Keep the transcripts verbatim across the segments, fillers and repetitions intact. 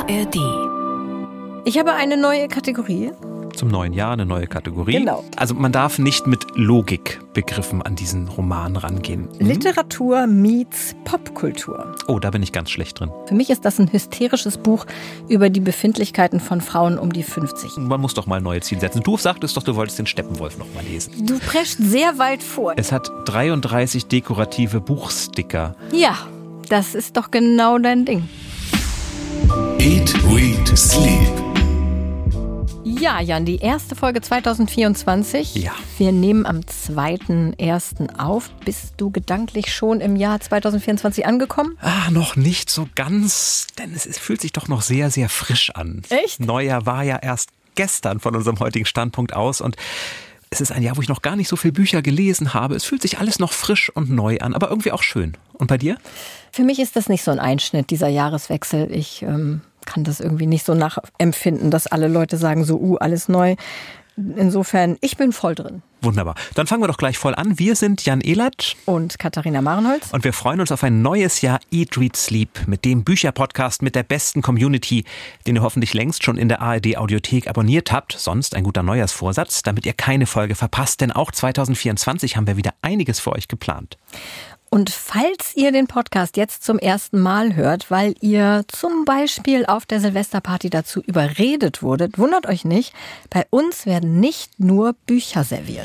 R D. Ich habe eine neue Kategorie. Zum neuen Jahr eine neue Kategorie. Genau. Also man darf nicht mit Logikbegriffen an diesen Roman rangehen. Hm? Literatur meets Popkultur. Oh, da bin ich ganz schlecht drin. Für mich ist das ein hysterisches Buch über die Befindlichkeiten von Frauen um die fünfzig. Man muss doch mal neue Ziele setzen. Du sagtest doch, du wolltest den Steppenwolf noch mal lesen. Du preschst sehr weit vor. Es hat dreiunddreißig dekorative Buchsticker. Ja, das ist doch genau dein Ding. Eat, Read, Sleep. Ja, Jan, die erste Folge zwanzig vierundzwanzig. Ja. Wir nehmen am zweiten ersten auf. Bist du gedanklich schon im Jahr zwanzig vierundzwanzig angekommen? Ah, noch nicht so ganz, denn es, es fühlt sich doch noch sehr, sehr frisch an. Echt? Neujahr war ja erst gestern von unserem heutigen Standpunkt aus und es ist ein Jahr, wo ich noch gar nicht so viele Bücher gelesen habe. Es fühlt sich alles noch frisch und neu an, aber irgendwie auch schön. Und bei dir? Für mich ist das nicht so ein Einschnitt, dieser Jahreswechsel. Ich ähm, kann das irgendwie nicht so nachempfinden, dass alle Leute sagen so, uh, alles neu. Insofern, ich bin voll drin. Wunderbar. Dann fangen wir doch gleich voll an. Wir sind Jan Ehlert und Katharina Marenholz. Und wir freuen uns auf ein neues Jahr Eat, Read, Sleep mit dem Bücherpodcast mit der besten Community, den ihr hoffentlich längst schon in der A R D-Audiothek abonniert habt. Sonst ein guter Neujahrsvorsatz, damit ihr keine Folge verpasst. Denn auch zwanzig vierundzwanzig haben wir wieder einiges für euch geplant. Und falls ihr den Podcast jetzt zum ersten Mal hört, weil ihr zum Beispiel auf der Silvesterparty dazu überredet wurdet, wundert euch nicht, bei uns werden nicht nur Bücher serviert.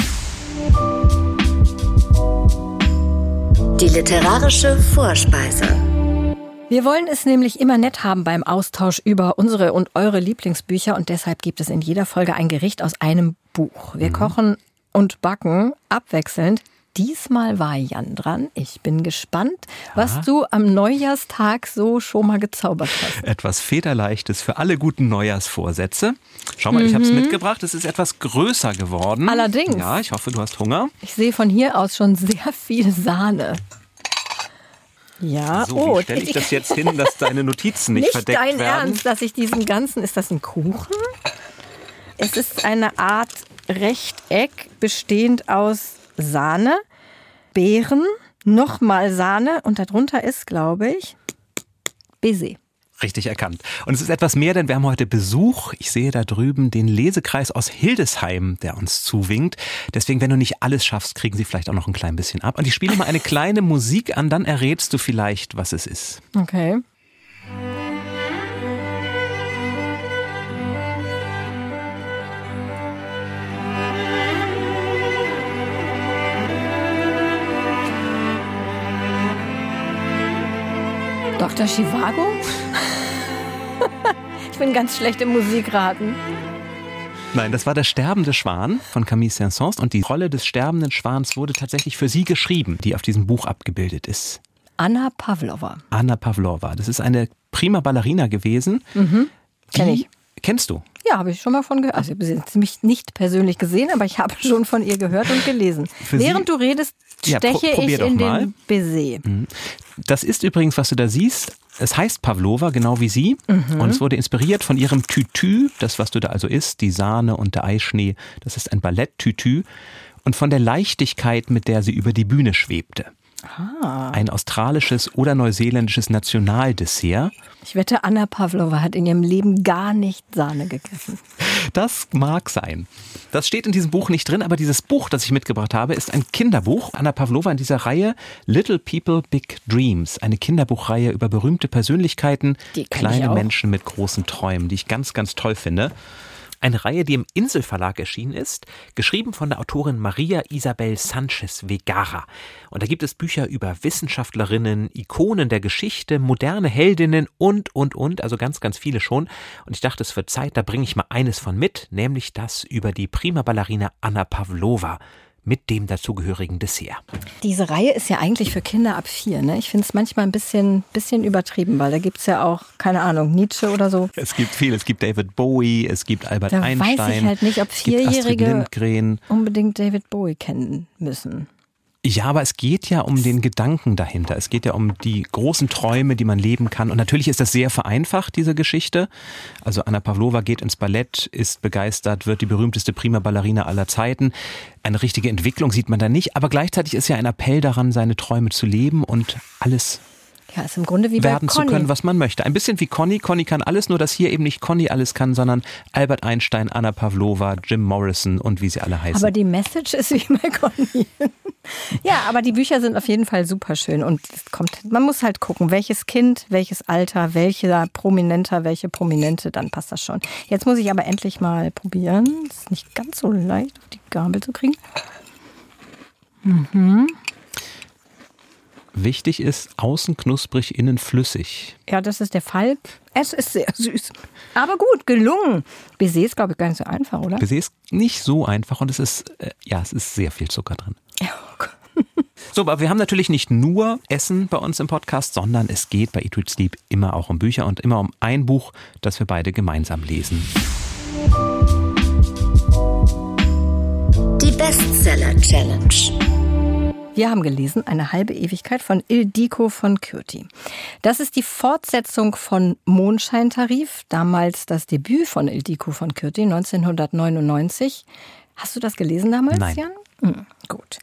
Die literarische Vorspeise. Wir wollen es nämlich immer nett haben beim Austausch über unsere und eure Lieblingsbücher und deshalb gibt es in jeder Folge ein Gericht aus einem Buch. Wir mhm. kochen und backen abwechselnd. Diesmal war Jan dran. Ich bin gespannt, ja. was du am Neujahrstag so schon mal gezaubert hast. Etwas Federleichtes für alle guten Neujahrsvorsätze. Schau mal, mhm. ich habe es mitgebracht. Es ist etwas größer geworden. Allerdings. Ja, ich hoffe, du hast Hunger. Ich sehe von hier aus schon sehr viel Sahne. Ja, so, oh, wie stelle ich das jetzt hin, dass deine Notizen nicht, nicht verdeckt werden? Nicht dein Ernst, dass ich diesen ganzen... Ist das ein Kuchen? Es ist eine Art Rechteck, bestehend aus Sahne, Beeren, nochmal Sahne und darunter ist, glaube ich, Baiser. Richtig erkannt. Und es ist etwas mehr, denn wir haben heute Besuch. Ich sehe da drüben den Lesekreis aus Hildesheim, der uns zuwinkt. Deswegen, wenn du nicht alles schaffst, kriegen sie vielleicht auch noch ein klein bisschen ab. Und ich spiele mal eine kleine Musik an, dann errätst du vielleicht, was es ist. Okay. Doktor Zhivago? Ich bin ganz schlecht im Musikraten. Nein, das war der sterbende Schwan von Camille Saint-Saëns und die Rolle des sterbenden Schwans wurde tatsächlich für sie geschrieben, die auf diesem Buch abgebildet ist. Anna Pavlova. Anna Pavlova. Das ist eine prima Ballerina gewesen. Mhm. Kenn ich. Kennst du? Ja, habe ich schon mal von gehört. Also ich habe sie mich nicht persönlich gesehen, aber ich habe schon von ihr gehört und gelesen. Für Während sie? du redest, steche ja, pro, ich in mal. den Baiser. Das ist übrigens, was du da siehst, es heißt Pavlova, genau wie sie. Mhm. Und es wurde inspiriert von ihrem Tütü, das, was du da also isst, die Sahne und der Eischnee. Das ist ein Ballett-Tütü. Und von der Leichtigkeit, mit der sie über die Bühne schwebte. Ah. Ein australisches oder neuseeländisches Nationaldessert. Ich wette, Anna Pavlova hat in ihrem Leben gar nicht Sahne gegessen. Das mag sein. Das steht in diesem Buch nicht drin, aber dieses Buch, das ich mitgebracht habe, ist ein Kinderbuch. Anna Pavlova in dieser Reihe Little People, Big Dreams. Eine Kinderbuchreihe über berühmte Persönlichkeiten, kleine Menschen mit großen Träumen, die ich ganz, ganz toll finde. Eine Reihe, die im Inselverlag erschienen ist, geschrieben von der Autorin Maria Isabel Sanchez Vergara. Und da gibt es Bücher über Wissenschaftlerinnen, Ikonen der Geschichte, moderne Heldinnen und, und, und, also ganz, ganz viele schon. Und ich dachte, es wird Zeit, da bringe ich mal eines von mit, nämlich das über die prima Ballerina Anna Pavlova mit dem dazugehörigen Dessert. Diese Reihe ist ja eigentlich für Kinder ab vier, ne? Ich finde es manchmal ein bisschen, bisschen übertrieben, weil da gibt es ja auch, keine Ahnung, Nietzsche oder so. Es gibt viel, es gibt David Bowie, es gibt Albert da Einstein. Da weiß ich halt nicht, ob Vierjährige unbedingt David Bowie kennen müssen. Ja, aber es geht ja um den Gedanken dahinter. Es geht ja um die großen Träume, die man leben kann. Und natürlich ist das sehr vereinfacht, diese Geschichte. Also Anna Pavlova geht ins Ballett, ist begeistert, wird die berühmteste Prima Ballerina aller Zeiten. Eine richtige Entwicklung sieht man da nicht. Aber gleichzeitig ist ja ein Appell daran, seine Träume zu leben und alles Ja, ist im Grunde wie bei werden Conny. zu können, was man möchte. Ein bisschen wie Conny. Conny kann alles, nur dass hier eben nicht Conny alles kann, sondern Albert Einstein, Anna Pavlova, Jim Morrison und wie sie alle heißen. Aber die Message ist wie bei Conny. Ja, aber die Bücher sind auf jeden Fall super schön und es kommt, man muss halt gucken, welches Kind, welches Alter, welcher Prominenter, welche Prominente, dann passt das schon. Jetzt muss ich aber endlich mal probieren. Das ist nicht ganz so leicht, auf die Gabel zu kriegen. Mhm. Wichtig ist, außen knusprig, innen flüssig. Ja, das ist der Fall. Es ist sehr süß. Aber gut, gelungen. Baiser ist, glaube ich, gar nicht so einfach, oder? Baiser ist nicht so einfach und es ist, äh, ja, es ist sehr viel Zucker drin. Ja, okay. So, aber wir haben natürlich nicht nur Essen bei uns im Podcast, sondern es geht bei Eat, Read, Sleep immer auch um Bücher und immer um ein Buch, das wir beide gemeinsam lesen. Die Bestseller-Challenge. Wir haben gelesen Eine halbe Ewigkeit von Ildiko von Kürti. Das ist die Fortsetzung von Mondscheintarif, damals das Debüt von Ildiko von Kürti, neunzehnhundertneunundneunzig. Hast du das gelesen damals, Nein. Jan? Hm, gut.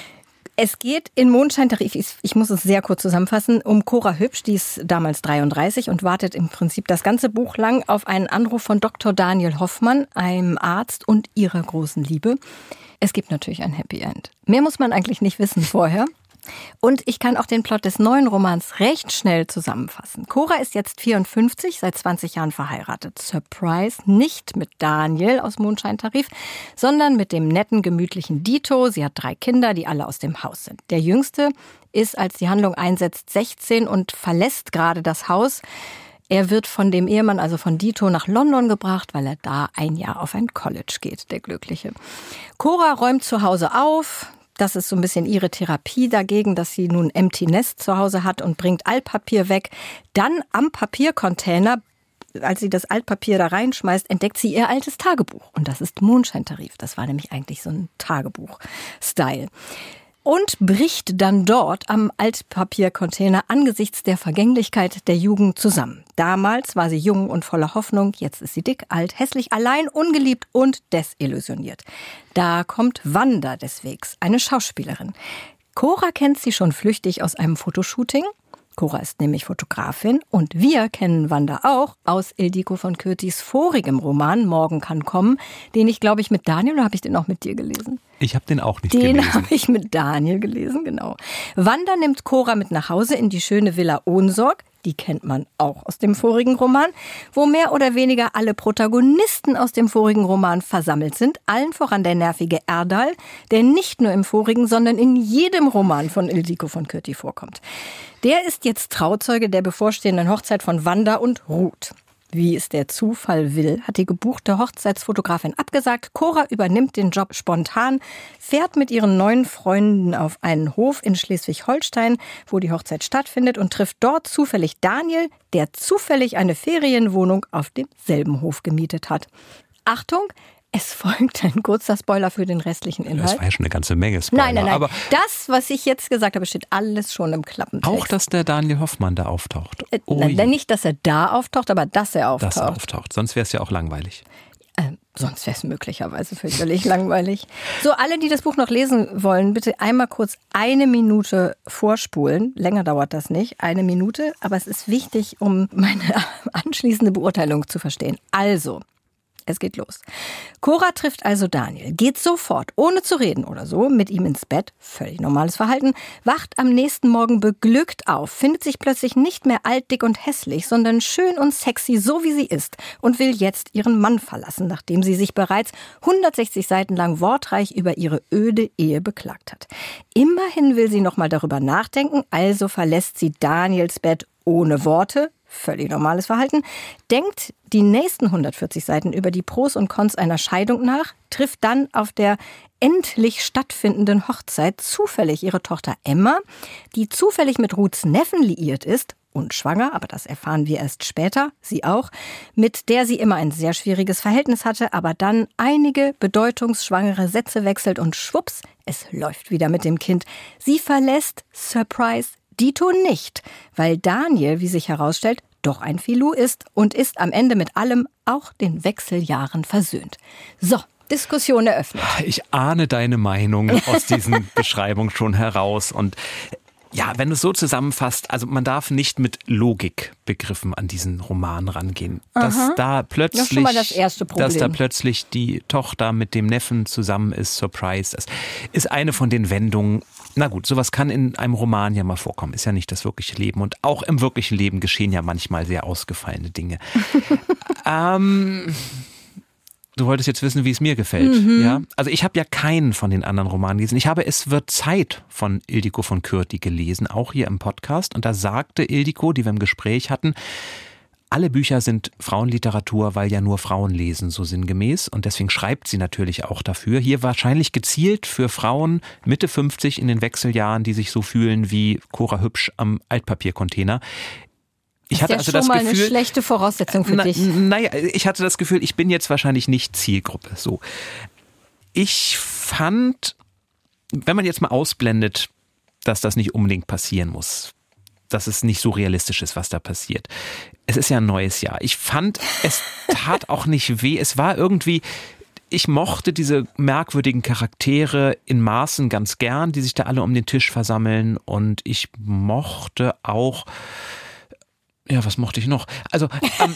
Es geht in Mondscheintarif, ich muss es sehr kurz zusammenfassen, um Cora Hübsch, die ist damals dreiunddreißig und wartet im Prinzip das ganze Buch lang auf einen Anruf von Doktor Daniel Hoffmann, einem Arzt und ihrer großen Liebe. Es gibt natürlich ein Happy End. Mehr muss man eigentlich nicht wissen vorher. Und ich kann auch den Plot des neuen Romans recht schnell zusammenfassen. Cora ist jetzt vierundfünfzig, seit zwanzig Jahren verheiratet. Surprise, nicht mit Daniel aus Mondscheintarif, sondern mit dem netten, gemütlichen Dito. Sie hat drei Kinder, die alle aus dem Haus sind. Der jüngste ist, als die Handlung einsetzt, sechzehn und verlässt gerade das Haus. Er wird von dem Ehemann, also von Dito, nach London gebracht, weil er da ein Jahr auf ein College geht, der Glückliche. Cora räumt zu Hause auf. Das ist so ein bisschen ihre Therapie dagegen, dass sie nun Empty Nest zu Hause hat und bringt Altpapier weg. Dann am Papiercontainer, als sie das Altpapier da reinschmeißt, entdeckt sie ihr altes Tagebuch. Und das ist Mondscheintarif. Das war nämlich eigentlich so ein Tagebuch-Style. Und bricht dann dort am Altpapiercontainer angesichts der Vergänglichkeit der Jugend zusammen. Damals war sie jung und voller Hoffnung, jetzt ist sie dick, alt, hässlich, allein, ungeliebt und desillusioniert. Da kommt Wanda des Wegs, eine Schauspielerin. Cora kennt sie schon flüchtig aus einem Fotoshooting. Cora ist nämlich Fotografin und wir kennen Wanda auch aus Ildiko von Kürtis vorigem Roman Morgen kann kommen, den ich, glaube ich, mit Daniel, oder habe ich den auch mit dir gelesen? Ich habe den auch nicht den gelesen. Den habe ich mit Daniel gelesen, genau. Wanda nimmt Cora mit nach Hause in die schöne Villa Ohnsorg. Die kennt man auch aus dem vorigen Roman, wo mehr oder weniger alle Protagonisten aus dem vorigen Roman versammelt sind. Allen voran der nervige Erdal, der nicht nur im vorigen, sondern in jedem Roman von Ildiko von Kürti vorkommt. Der ist jetzt Trauzeuge der bevorstehenden Hochzeit von Wanda und Ruth. Wie es der Zufall will, hat die gebuchte Hochzeitsfotografin abgesagt. Cora übernimmt den Job spontan, fährt mit ihren neuen Freunden auf einen Hof in Schleswig-Holstein, wo die Hochzeit stattfindet, und trifft dort zufällig Daniel, der zufällig eine Ferienwohnung auf demselben Hof gemietet hat. Achtung! Es folgt ein kurzer Spoiler für den restlichen Inhalt. Das war ja schon eine ganze Menge Spoiler. Nein, nein, nein. Aber das, was ich jetzt gesagt habe, steht alles schon im Klappentext. auch, dass der Daniel Hoffmann da auftaucht. Oh äh, nein, nicht, dass er da auftaucht, aber dass er auftaucht. Dass er auftaucht. Sonst wäre es ja auch langweilig. Äh, sonst wäre es möglicherweise fürchterlich langweilig. So, alle, die das Buch noch lesen wollen, bitte einmal kurz eine Minute vorspulen. Länger dauert das nicht, eine Minute. Aber es ist wichtig, um meine anschließende Beurteilung zu verstehen. Also, es geht los. Cora trifft also Daniel, geht sofort, ohne zu reden oder so, mit ihm ins Bett, völlig normales Verhalten, wacht am nächsten Morgen beglückt auf, findet sich plötzlich nicht mehr alt, dick und hässlich, sondern schön und sexy, so wie sie ist, und will jetzt ihren Mann verlassen, nachdem sie sich bereits hundertsechzig Seiten lang wortreich über ihre öde Ehe beklagt hat. Immerhin will sie nochmal darüber nachdenken, also verlässt sie Daniels Bett ohne Worte, völlig normales Verhalten, denkt die nächsten hundertvierzig Seiten über die Pros und Cons einer Scheidung nach, trifft dann auf der endlich stattfindenden Hochzeit zufällig ihre Tochter Emma, die zufällig mit Ruths Neffen liiert ist und schwanger, aber das erfahren wir erst später, sie auch, mit der sie immer ein sehr schwieriges Verhältnis hatte, aber dann einige bedeutungsschwangere Sätze wechselt und schwupps, es läuft wieder mit dem Kind. Sie verlässt, Surprise, Dito nicht, weil Daniel, wie sich herausstellt, doch ein Filou ist und ist am Ende mit allem, auch den Wechseljahren, versöhnt. So, Diskussion eröffnet. Ich ahne deine Meinung aus diesen Beschreibungen schon heraus und Ja, wenn du es so zusammenfasst, also man darf nicht mit Logikbegriffen an diesen Roman rangehen. Dass Aha. da plötzlich, das ist schon mal das erste Problem. dass da plötzlich die Tochter mit dem Neffen zusammen ist, Surprise. Das ist eine von den Wendungen. Na gut, sowas kann in einem Roman ja mal vorkommen. Ist ja nicht das wirkliche Leben. Und auch im wirklichen Leben geschehen ja manchmal sehr ausgefallene Dinge. ähm... Du wolltest jetzt wissen, wie es mir gefällt. Mhm. Ja? Also ich habe ja keinen von den anderen Romanen gelesen. Ich habe Es wird Zeit von Ildiko von Kürti gelesen, auch hier im Podcast. Und da sagte Ildiko, die wir im Gespräch hatten, alle Bücher sind Frauenliteratur, weil ja nur Frauen lesen, so sinngemäß. Und deswegen schreibt sie natürlich auch dafür. Hier wahrscheinlich gezielt für Frauen Mitte fünfzig in den Wechseljahren, die sich so fühlen wie Cora Hübsch am Altpapiercontainer. Ich hatte das ist ja also schon das mal Gefühl, eine schlechte Voraussetzung für na, dich. Naja, ich hatte das Gefühl, ich bin jetzt wahrscheinlich nicht Zielgruppe. So, ich fand, wenn man jetzt mal ausblendet, dass das nicht unbedingt passieren muss, dass es nicht so realistisch ist, was da passiert. Es ist ja ein neues Jahr. Ich fand, es tat auch nicht weh. Es war irgendwie, ich mochte diese merkwürdigen Charaktere in Maßen ganz gern, die sich da alle um den Tisch versammeln. Und ich mochte auch, ja, was mochte ich noch? Also, ähm,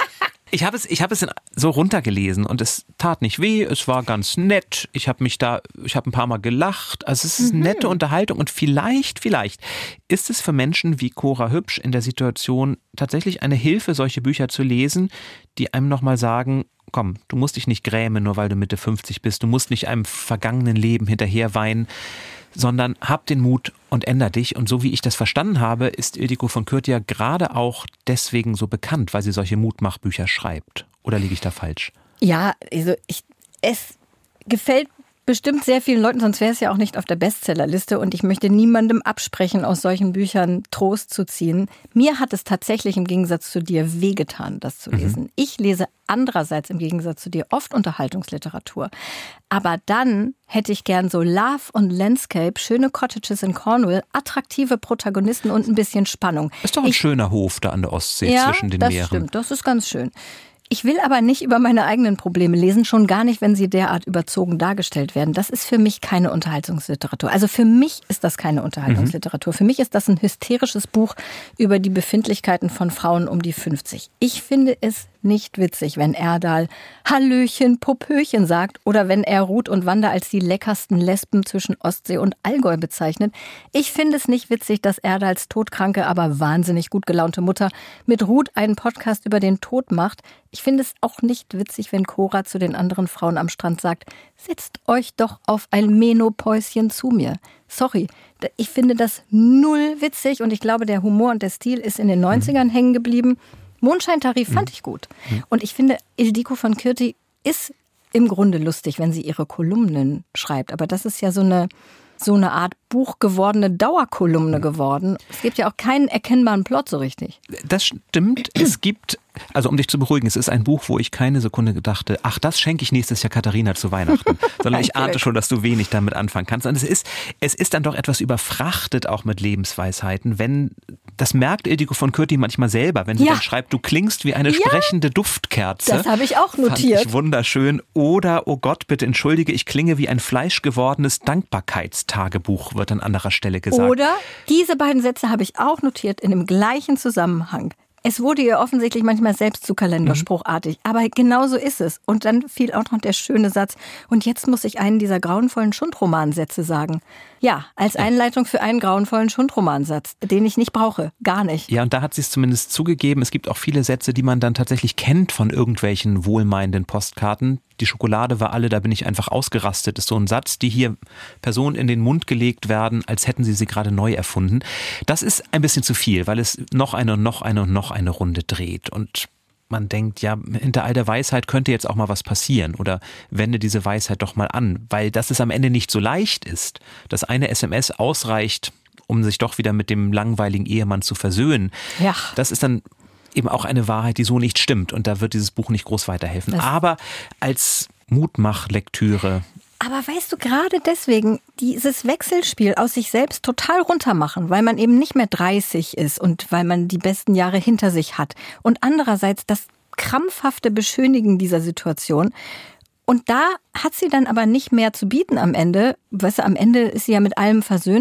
ich habe es, ich habe es so runtergelesen und es tat nicht weh, es war ganz nett. Ich habe mich da, ich habe ein paar Mal gelacht. Also es ist eine nette Unterhaltung und vielleicht, vielleicht ist es für Menschen wie Cora Hübsch in der Situation tatsächlich eine Hilfe, solche Bücher zu lesen, die einem nochmal sagen, komm, du musst dich nicht grämen, nur weil du Mitte fünfzig bist. Du musst nicht einem vergangenen Leben hinterher weinen, sondern hab den Mut und änder dich. Und so wie ich das verstanden habe, ist Ildiko von Kürti ja gerade auch deswegen so bekannt, weil sie solche Mutmachbücher schreibt. Oder liege ich da falsch? Ja, also ich, es gefällt bestimmt sehr vielen Leuten, sonst wäre es ja auch nicht auf der Bestsellerliste. Und ich möchte niemandem absprechen, aus solchen Büchern Trost zu ziehen. Mir hat es tatsächlich im Gegensatz zu dir wehgetan, das zu lesen. Mhm. Ich lese andererseits im Gegensatz zu dir oft Unterhaltungsliteratur. Aber dann hätte ich gern so Love und Landscape, schöne Cottages in Cornwall, attraktive Protagonisten und ein bisschen Spannung. Ist doch ein ich, schöner Hof da an der Ostsee ja, zwischen den das Meeren. Stimmt, das ist ganz schön. Ich will aber nicht über meine eigenen Probleme lesen, schon gar nicht, wenn sie derart überzogen dargestellt werden. Das ist für mich keine Unterhaltungsliteratur. Also für mich ist das keine Unterhaltungsliteratur. Mhm. Für mich ist das ein hysterisches Buch über die Befindlichkeiten von Frauen um die fünfzig. Ich finde es nicht witzig, wenn Erdal Hallöchen, Popöchen sagt oder wenn er Ruth und Wanda als die leckersten Lesben zwischen Ostsee und Allgäu bezeichnet. Ich finde es nicht witzig, dass Erdals todkranke, aber wahnsinnig gut gelaunte Mutter mit Ruth einen Podcast über den Tod macht. Ich finde es auch nicht witzig, wenn Cora zu den anderen Frauen am Strand sagt, setzt euch doch auf ein Menopäuschen zu mir. Sorry, ich finde das null witzig und ich glaube, der Humor und der Stil ist in den neunzigern hängen geblieben. Mondscheintarif fand ich gut. Und ich finde, Ildiko von Kürti ist im Grunde lustig, wenn sie ihre Kolumnen schreibt. Aber das ist ja so eine, so eine Art Buch gewordene Dauerkolumne geworden. Es gibt ja auch keinen erkennbaren Plot so richtig. Das stimmt. Es gibt, also um dich zu beruhigen, es ist ein Buch, wo ich keine Sekunde gedachte, ach, das schenke ich nächstes Jahr Katharina zu Weihnachten. Sondern ich ahnte schon, dass du wenig damit anfangen kannst. Und es ist, es ist dann doch etwas überfrachtet auch mit Lebensweisheiten, wenn, das merkt Ildiko von Kürti manchmal selber, wenn sie ja. dann schreibt, du klingst wie eine ja. sprechende Duftkerze. Das habe ich auch notiert. Fand ich wunderschön. Oder, oh Gott, bitte entschuldige, ich klinge wie ein fleischgewordenes Dankbarkeitstagebuch, wird an anderer Stelle gesagt. Oder, diese beiden Sätze habe ich auch notiert in dem gleichen Zusammenhang. Es wurde ihr offensichtlich manchmal selbst zu kalenderspruchartig, mhm. aber genau so ist es. Und dann fiel auch noch der schöne Satz, und jetzt muss ich einen dieser grauenvollen Schundromansätze sagen. Ja, als Einleitung für einen grauenvollen Schundromansatz, den ich nicht brauche, gar nicht. Ja, und da hat sie es zumindest zugegeben. Es gibt auch viele Sätze, die man dann tatsächlich kennt von irgendwelchen wohlmeinenden Postkarten. Die Schokolade war alle, da bin ich einfach ausgerastet, ist so ein Satz, die hier Personen in den Mund gelegt werden, als hätten sie sie gerade neu erfunden. Das ist ein bisschen zu viel, weil es noch eine und noch eine und noch eine Runde dreht. Und man denkt, ja, hinter all der Weisheit könnte jetzt auch mal was passieren oder wende diese Weisheit doch mal an, weil dass es am Ende nicht so leicht ist, dass eine S M S ausreicht, um sich doch wieder mit dem langweiligen Ehemann zu versöhnen. Ja. Das ist dann eben auch eine Wahrheit, die so nicht stimmt und da wird dieses Buch nicht groß weiterhelfen. Das Aber als Mutmachlektüre. Aber weißt du, gerade deswegen dieses Wechselspiel aus sich selbst total runtermachen, weil man eben nicht mehr dreißig ist und weil man die besten Jahre hinter sich hat. Und andererseits das krampfhafte Beschönigen dieser Situation. Und da hat sie dann aber nicht mehr zu bieten am Ende. Weißt du, am Ende ist sie ja mit allem versöhnt.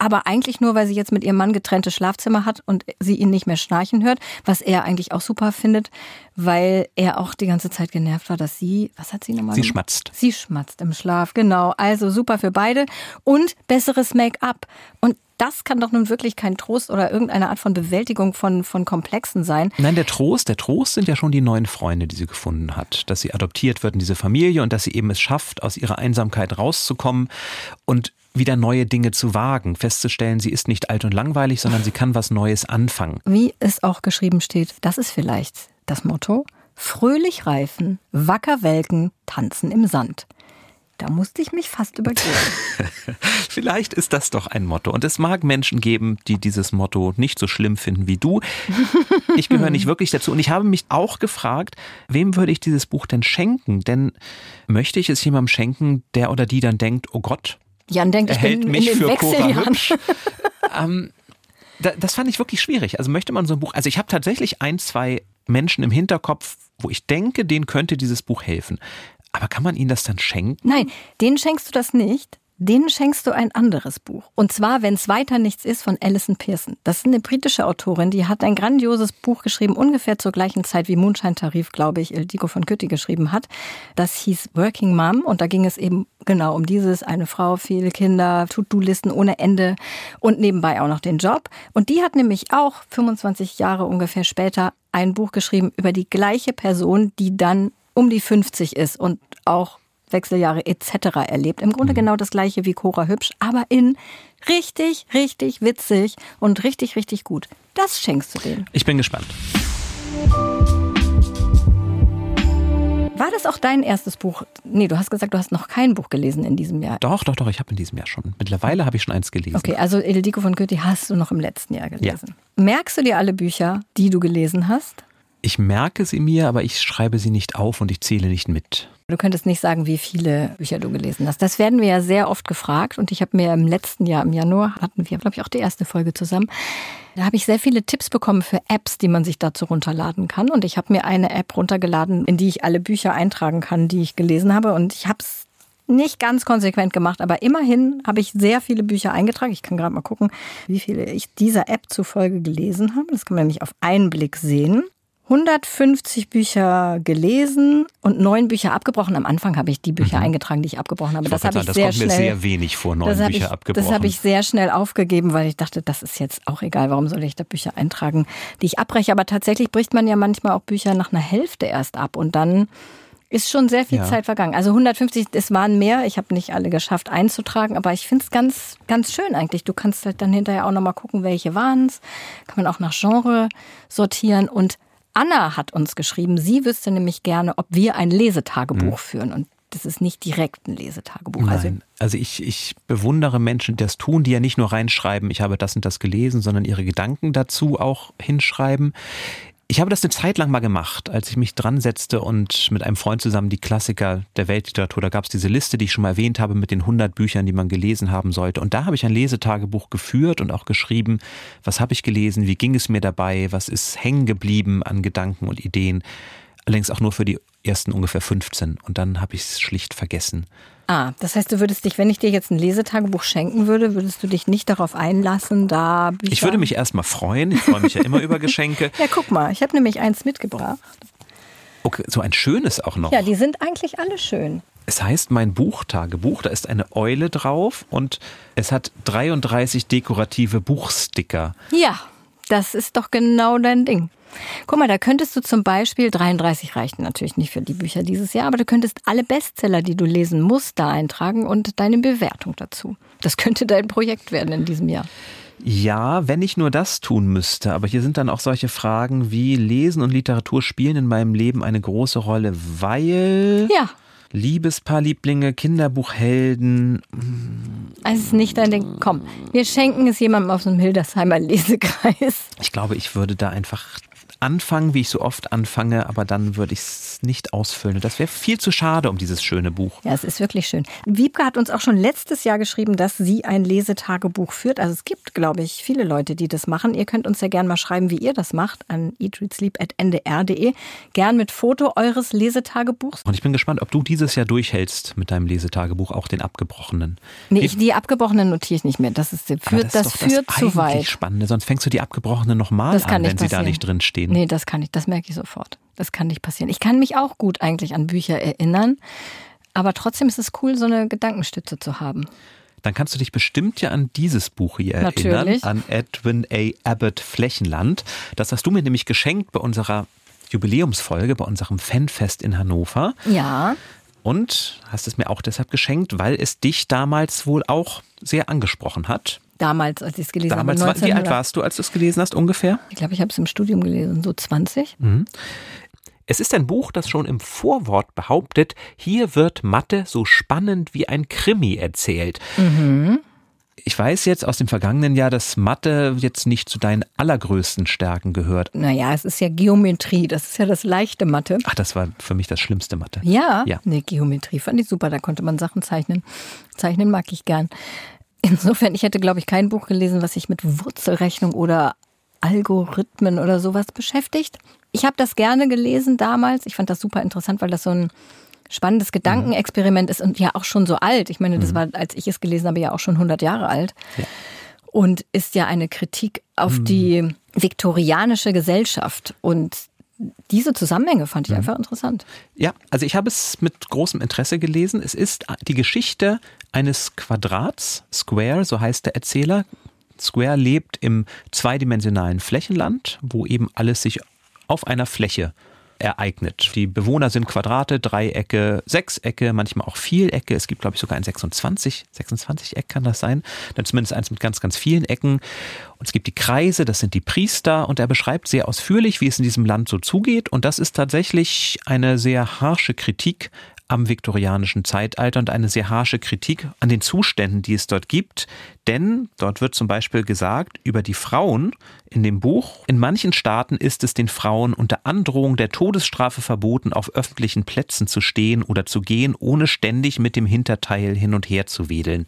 aber eigentlich nur, weil sie jetzt mit ihrem Mann getrennte Schlafzimmer hat und sie ihn nicht mehr schnarchen hört, was er eigentlich auch super findet, weil er auch die ganze Zeit genervt war, dass sie, was hat sie nochmal Sie gemacht? schmatzt. Sie schmatzt im Schlaf, genau. Also super für beide und besseres Make-up. Und das kann doch nun wirklich kein Trost oder irgendeine Art von Bewältigung von, von Komplexen sein. Nein, der Trost, der Trost sind ja schon die neuen Freunde, die sie gefunden hat. Dass sie adoptiert wird in diese Familie und dass sie eben es schafft, aus ihrer Einsamkeit rauszukommen und wieder neue Dinge zu wagen. Festzustellen, sie ist nicht alt und langweilig, sondern sie kann was Neues anfangen. Wie es auch geschrieben steht, das ist vielleicht das Motto: Fröhlich reifen, wacker welken, tanzen im Sand. Da musste ich mich fast übergeben. Vielleicht ist das doch ein Motto. Und es mag Menschen geben, die dieses Motto nicht so schlimm finden wie du. Ich gehöre nicht wirklich dazu. Und ich habe mich auch gefragt, wem würde ich dieses Buch denn schenken? Denn möchte ich es jemandem schenken, der oder die dann denkt, oh Gott, Jan denkt, er ich hält bin mich in den für Cora Wechseljahren. Hübsch. ähm, da, das fand ich wirklich schwierig. Also möchte man so ein Buch, also ich habe tatsächlich ein, zwei Menschen im Hinterkopf, wo ich denke, denen könnte dieses Buch helfen. Aber kann man ihnen das dann schenken? Nein, denen schenkst du das nicht. Denen schenkst du ein anderes Buch. Und zwar, wenn es weiter nichts ist, von Alison Pearson. Das ist eine britische Autorin, die hat ein grandioses Buch geschrieben, ungefähr zur gleichen Zeit wie Mondscheintarif, glaube ich, Ildiko von Kütti geschrieben hat. Das hieß Working Mom und da ging es eben genau um dieses, eine Frau, viele Kinder, To-Do-Listen ohne Ende und nebenbei auch noch den Job. Und die hat nämlich auch fünfundzwanzig Jahre ungefähr später ein Buch geschrieben über die gleiche Person, die dann um die fünfzig ist und auch Wechseljahre et cetera erlebt. Im Grunde genau das Gleiche wie Cora Hübsch, aber in richtig, richtig witzig und richtig, richtig gut. Das schenkst du denen. Ich bin gespannt. War das auch dein erstes Buch? Nee, du hast gesagt, du hast noch kein Buch gelesen in diesem Jahr. Doch, doch, doch, ich habe in diesem Jahr schon. Mittlerweile habe ich schon eins gelesen. Okay, also Ildiko von Kütti hast du noch im letzten Jahr gelesen. Ja. Merkst du dir alle Bücher, die du gelesen hast? Ich merke sie mir, aber ich schreibe sie nicht auf und ich zähle nicht mit. Du könntest nicht sagen, wie viele Bücher du gelesen hast. Das werden wir ja sehr oft gefragt und ich habe mir im letzten Jahr, im Januar, hatten wir, glaube ich, auch die erste Folge zusammen. Da habe ich sehr viele Tipps bekommen für Apps, die man sich dazu runterladen kann. Und ich habe mir eine App runtergeladen, in die ich alle Bücher eintragen kann, die ich gelesen habe. Und ich habe es nicht ganz konsequent gemacht, aber immerhin habe ich sehr viele Bücher eingetragen. Ich kann gerade mal gucken, wie viele ich dieser App zufolge gelesen habe. Das kann man nämlich auf einen Blick sehen. hundertfünfzig Bücher gelesen und neun Bücher abgebrochen. Am Anfang habe ich die Bücher mhm. eingetragen, die ich abgebrochen habe. Ich das habe ich das sehr kommt schnell, mir sehr wenig vor, neun Bücher ich, abgebrochen. Das habe ich sehr schnell aufgegeben, weil ich dachte, das ist jetzt auch egal. Warum soll ich da Bücher eintragen, die ich abbreche? Aber tatsächlich bricht man ja manchmal auch Bücher nach einer Hälfte erst ab und dann ist schon sehr viel ja. Zeit vergangen. Also hundertfünfzig, es waren mehr. Ich habe nicht alle geschafft einzutragen, aber ich finde es ganz, ganz schön eigentlich. Du kannst halt dann hinterher auch nochmal gucken, welche waren es. Kann man auch nach Genre sortieren. Und Anna hat uns geschrieben, sie wüsste nämlich gerne, ob wir ein Lesetagebuch hm. führen. Und das ist nicht direkt ein Lesetagebuch. Nein, also, also ich, ich bewundere Menschen, die das tun, die ja nicht nur reinschreiben, ich habe das und das gelesen, sondern ihre Gedanken dazu auch hinschreiben. Ich habe das eine Zeit lang mal gemacht, als ich mich dran setzte und mit einem Freund zusammen die Klassiker der Weltliteratur, da gab es diese Liste, die ich schon mal erwähnt habe, mit den hundert Büchern, die man gelesen haben sollte. Und da habe ich ein Lesetagebuch geführt und auch geschrieben, was habe ich gelesen, wie ging es mir dabei, was ist hängen geblieben an Gedanken und Ideen. Allerdings auch nur für die ersten ungefähr fünfzehn und dann habe ich es schlicht vergessen. Ah, das heißt, du würdest dich, wenn ich dir jetzt ein Lesetagebuch schenken würde, würdest du dich nicht darauf einlassen, da Bücher... Ich würde mich erstmal freuen, ich freue mich ja immer über Geschenke. Ja, guck mal, ich habe nämlich eins mitgebracht. Okay, so ein schönes auch noch. Ja, die sind eigentlich alle schön. Es heißt mein Buchtagebuch, da ist eine Eule drauf und es hat dreiunddreißig dekorative Buchsticker. Ja, das ist doch genau dein Ding. Guck mal, da könntest du zum Beispiel, dreiunddreißig reichten natürlich nicht für die Bücher dieses Jahr, aber du könntest alle Bestseller, die du lesen musst, da eintragen und deine Bewertung dazu. Das könnte dein Projekt werden in diesem Jahr. Ja, wenn ich nur das tun müsste. Aber hier sind dann auch solche Fragen wie Lesen und Literatur spielen in meinem Leben eine große Rolle, weil... Ja. Liebespaarlieblinge, Kinderbuchhelden. Also es ist nicht dein Ding. Komm, wir schenken es jemandem aus dem Hildesheimer Lesekreis. Ich glaube, ich würde da einfach anfangen, wie ich so oft anfange, aber dann würde ich es fast nicht ausfüllen. Das wäre viel zu schade um dieses schöne Buch. Ja, es ist wirklich schön. Wiebke hat uns auch schon letztes Jahr geschrieben, dass sie ein Lesetagebuch führt. Also es gibt, glaube ich, viele Leute, die das machen. Ihr könnt uns ja gerne mal schreiben, wie ihr das macht, an eat read sleep at n d r punkt d e. Gern mit Foto eures Lesetagebuchs. Und ich bin gespannt, ob du dieses Jahr durchhältst mit deinem Lesetagebuch, auch den abgebrochenen. Nee, ich, die abgebrochenen notiere ich nicht mehr. Das, ist, führt, das, das ist das führt das zu weit. Spannende. Sonst fängst du die abgebrochenen nochmal an, wenn sie da nicht drin stehen. Nee, das kann ich, das merke ich sofort. Das kann nicht passieren. Ich kann mich auch gut eigentlich an Bücher erinnern, aber trotzdem ist es cool, so eine Gedankenstütze zu haben. Dann kannst du dich bestimmt ja an dieses Buch hier Natürlich. erinnern, an Edwin A. Abbott Flächenland. Das hast du mir nämlich geschenkt bei unserer Jubiläumsfolge, bei unserem Fanfest in Hannover. Ja. Und hast es mir auch deshalb geschenkt, weil es dich damals wohl auch sehr angesprochen hat. Damals, als ich es gelesen damals, habe. Wie alt warst du, als du es gelesen hast ungefähr? Ich glaube, ich habe es im Studium gelesen, so zwanzig. Mhm. Es ist ein Buch, das schon im Vorwort behauptet, hier wird Mathe so spannend wie ein Krimi erzählt. Mhm. Ich weiß jetzt aus dem vergangenen Jahr, dass Mathe jetzt nicht zu deinen allergrößten Stärken gehört. Naja, es ist ja Geometrie, das ist ja das leichte Mathe. Ach, das war für mich das schlimmste Mathe. Ja? Ja. Nee, Geometrie fand ich super, da konnte man Sachen zeichnen. Zeichnen mag ich gern. Insofern, ich hätte, glaube ich, kein Buch gelesen, was sich mit Wurzelrechnung oder Algorithmen oder sowas beschäftigt. Ich habe das gerne gelesen damals. Ich fand das super interessant, weil das so ein spannendes Gedankenexperiment ist und ja auch schon so alt. Ich meine, das war, als ich es gelesen habe, ja auch schon hundert Jahre alt. Ja. Und ist ja eine Kritik auf mhm. die viktorianische Gesellschaft. Und diese Zusammenhänge fand ich mhm. einfach interessant. Ja, also ich habe es mit großem Interesse gelesen. Es ist die Geschichte eines Quadrats, Square, so heißt der Erzähler. Square lebt im zweidimensionalen Flächenland, wo eben alles sich auf einer Fläche ereignet. Die Bewohner sind Quadrate, Dreiecke, Sechsecke, manchmal auch Vielecke. Es gibt, glaube ich, sogar ein sechsundzwanzig, sechsundzwanzig Eck kann das sein. Dann zumindest eins mit ganz, ganz vielen Ecken. Und es gibt die Kreise, das sind die Priester. Und er beschreibt sehr ausführlich, wie es in diesem Land so zugeht. Und das ist tatsächlich eine sehr harsche Kritik am viktorianischen Zeitalter und eine sehr harsche Kritik an den Zuständen, die es dort gibt. Denn dort wird zum Beispiel gesagt über die Frauen in dem Buch, in manchen Staaten ist es den Frauen unter Androhung der Todesstrafe verboten, auf öffentlichen Plätzen zu stehen oder zu gehen, ohne ständig mit dem Hinterteil hin und her zu wedeln.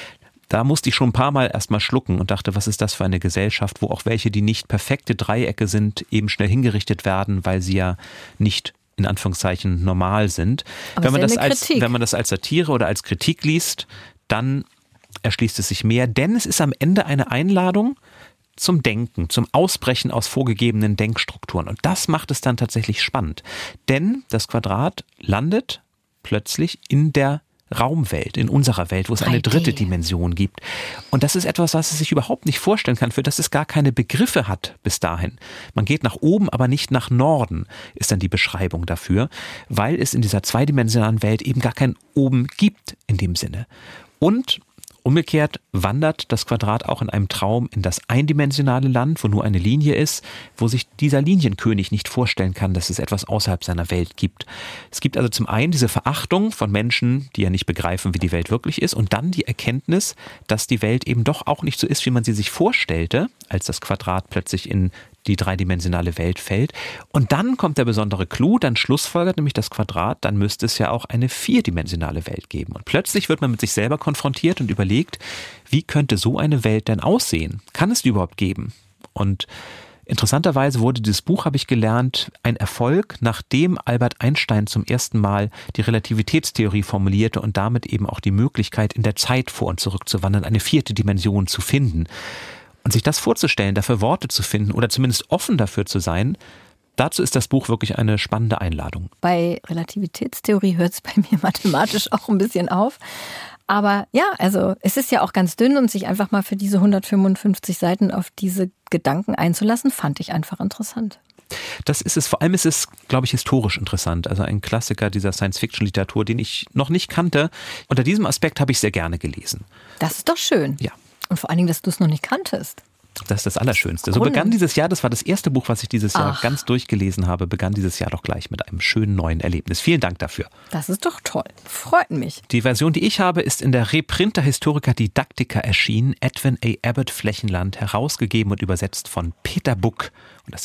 Da musste ich schon ein paar Mal erstmal schlucken und dachte, was ist das für eine Gesellschaft, wo auch welche, die nicht perfekte Dreiecke sind, eben schnell hingerichtet werden, weil sie ja nicht in Anführungszeichen normal sind. Aber wenn man ist ja das eine als, Kritik. wenn man das als Satire oder als Kritik liest, dann erschließt es sich mehr, denn es ist am Ende eine Einladung zum Denken, zum Ausbrechen aus vorgegebenen Denkstrukturen. Und das macht es dann tatsächlich spannend. Denn das Quadrat landet plötzlich in der Raumwelt, in unserer Welt, wo es eine dritte Dimension gibt. Und das ist etwas, was es sich überhaupt nicht vorstellen kann, für das es gar keine Begriffe hat bis dahin. Man geht nach oben, aber nicht nach Norden, ist dann die Beschreibung dafür, weil es in dieser zweidimensionalen Welt eben gar kein Oben gibt in dem Sinne. Und umgekehrt wandert das Quadrat auch in einem Traum in das eindimensionale Land, wo nur eine Linie ist, wo sich dieser Linienkönig nicht vorstellen kann, dass es etwas außerhalb seiner Welt gibt. Es gibt also zum einen diese Verachtung von Menschen, die ja nicht begreifen, wie die Welt wirklich ist, und dann die Erkenntnis, dass die Welt eben doch auch nicht so ist, wie man sie sich vorstellte, als das Quadrat plötzlich in die dreidimensionale Welt fällt. Und dann kommt der besondere Clou, dann schlussfolgert nämlich das Quadrat, dann müsste es ja auch eine vierdimensionale Welt geben. Und plötzlich wird man mit sich selber konfrontiert und überlegt, wie könnte so eine Welt denn aussehen? Kann es die überhaupt geben? Und interessanterweise wurde dieses Buch, habe ich gelernt, ein Erfolg, nachdem Albert Einstein zum ersten Mal die Relativitätstheorie formulierte und damit eben auch die Möglichkeit, in der Zeit vor und zurück zu wandern, eine vierte Dimension zu finden. Und sich das vorzustellen, dafür Worte zu finden oder zumindest offen dafür zu sein, dazu ist das Buch wirklich eine spannende Einladung. Bei Relativitätstheorie hört es bei mir mathematisch auch ein bisschen auf. Aber ja, also es ist ja auch ganz dünn und sich einfach mal für diese hundertfünfundfünfzig Seiten auf diese Gedanken einzulassen, fand ich einfach interessant. Das ist es. Vor allem ist es, glaube ich, historisch interessant. Also ein Klassiker dieser Science-Fiction-Literatur, den ich noch nicht kannte. Unter diesem Aspekt habe ich sehr gerne gelesen. Das ist doch schön. Ja. Und vor allen Dingen, dass du es noch nicht kanntest. Das ist das Allerschönste. So begann dieses Jahr, das war das erste Buch, was ich dieses Jahr Ach. ganz durchgelesen habe, begann dieses Jahr doch gleich mit einem schönen neuen Erlebnis. Vielen Dank dafür. Das ist doch toll. Freut mich. Die Version, die ich habe, ist in der Reprinter Historica Didactica erschienen. Edwin A. Abbott Flächenland, herausgegeben und übersetzt von Peter Buck. Und das sind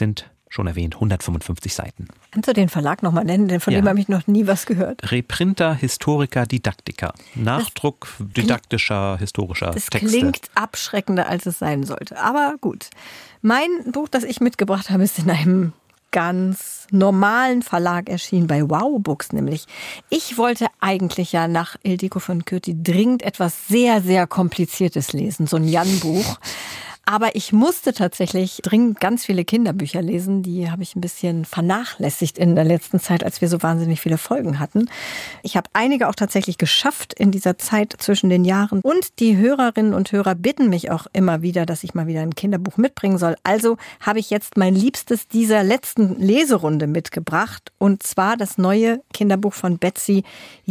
schon erwähnt, hundertfünfundfünfzig Seiten. Kannst du den Verlag nochmal nennen? Denn von ja. dem habe ich noch nie was gehört. Reprinter Historica Didactica. Nachdruck das didaktischer, historischer das Texte. Das klingt abschreckender, als es sein sollte. Aber gut. Mein Buch, das ich mitgebracht habe, ist in einem ganz normalen Verlag erschienen, bei Wow Books nämlich. Ich wollte eigentlich ja nach Ildiko von Kürti dringend etwas sehr, sehr Kompliziertes lesen, so ein Jan-Buch. Aber ich musste tatsächlich dringend ganz viele Kinderbücher lesen. Die habe ich ein bisschen vernachlässigt in der letzten Zeit, als wir so wahnsinnig viele Folgen hatten. Ich habe einige auch tatsächlich geschafft in dieser Zeit zwischen den Jahren. Und die Hörerinnen und Hörer bitten mich auch immer wieder, dass ich mal wieder ein Kinderbuch mitbringen soll. Also habe ich jetzt mein Liebstes dieser letzten Leserunde mitgebracht. Und zwar das neue Kinderbuch von Betsy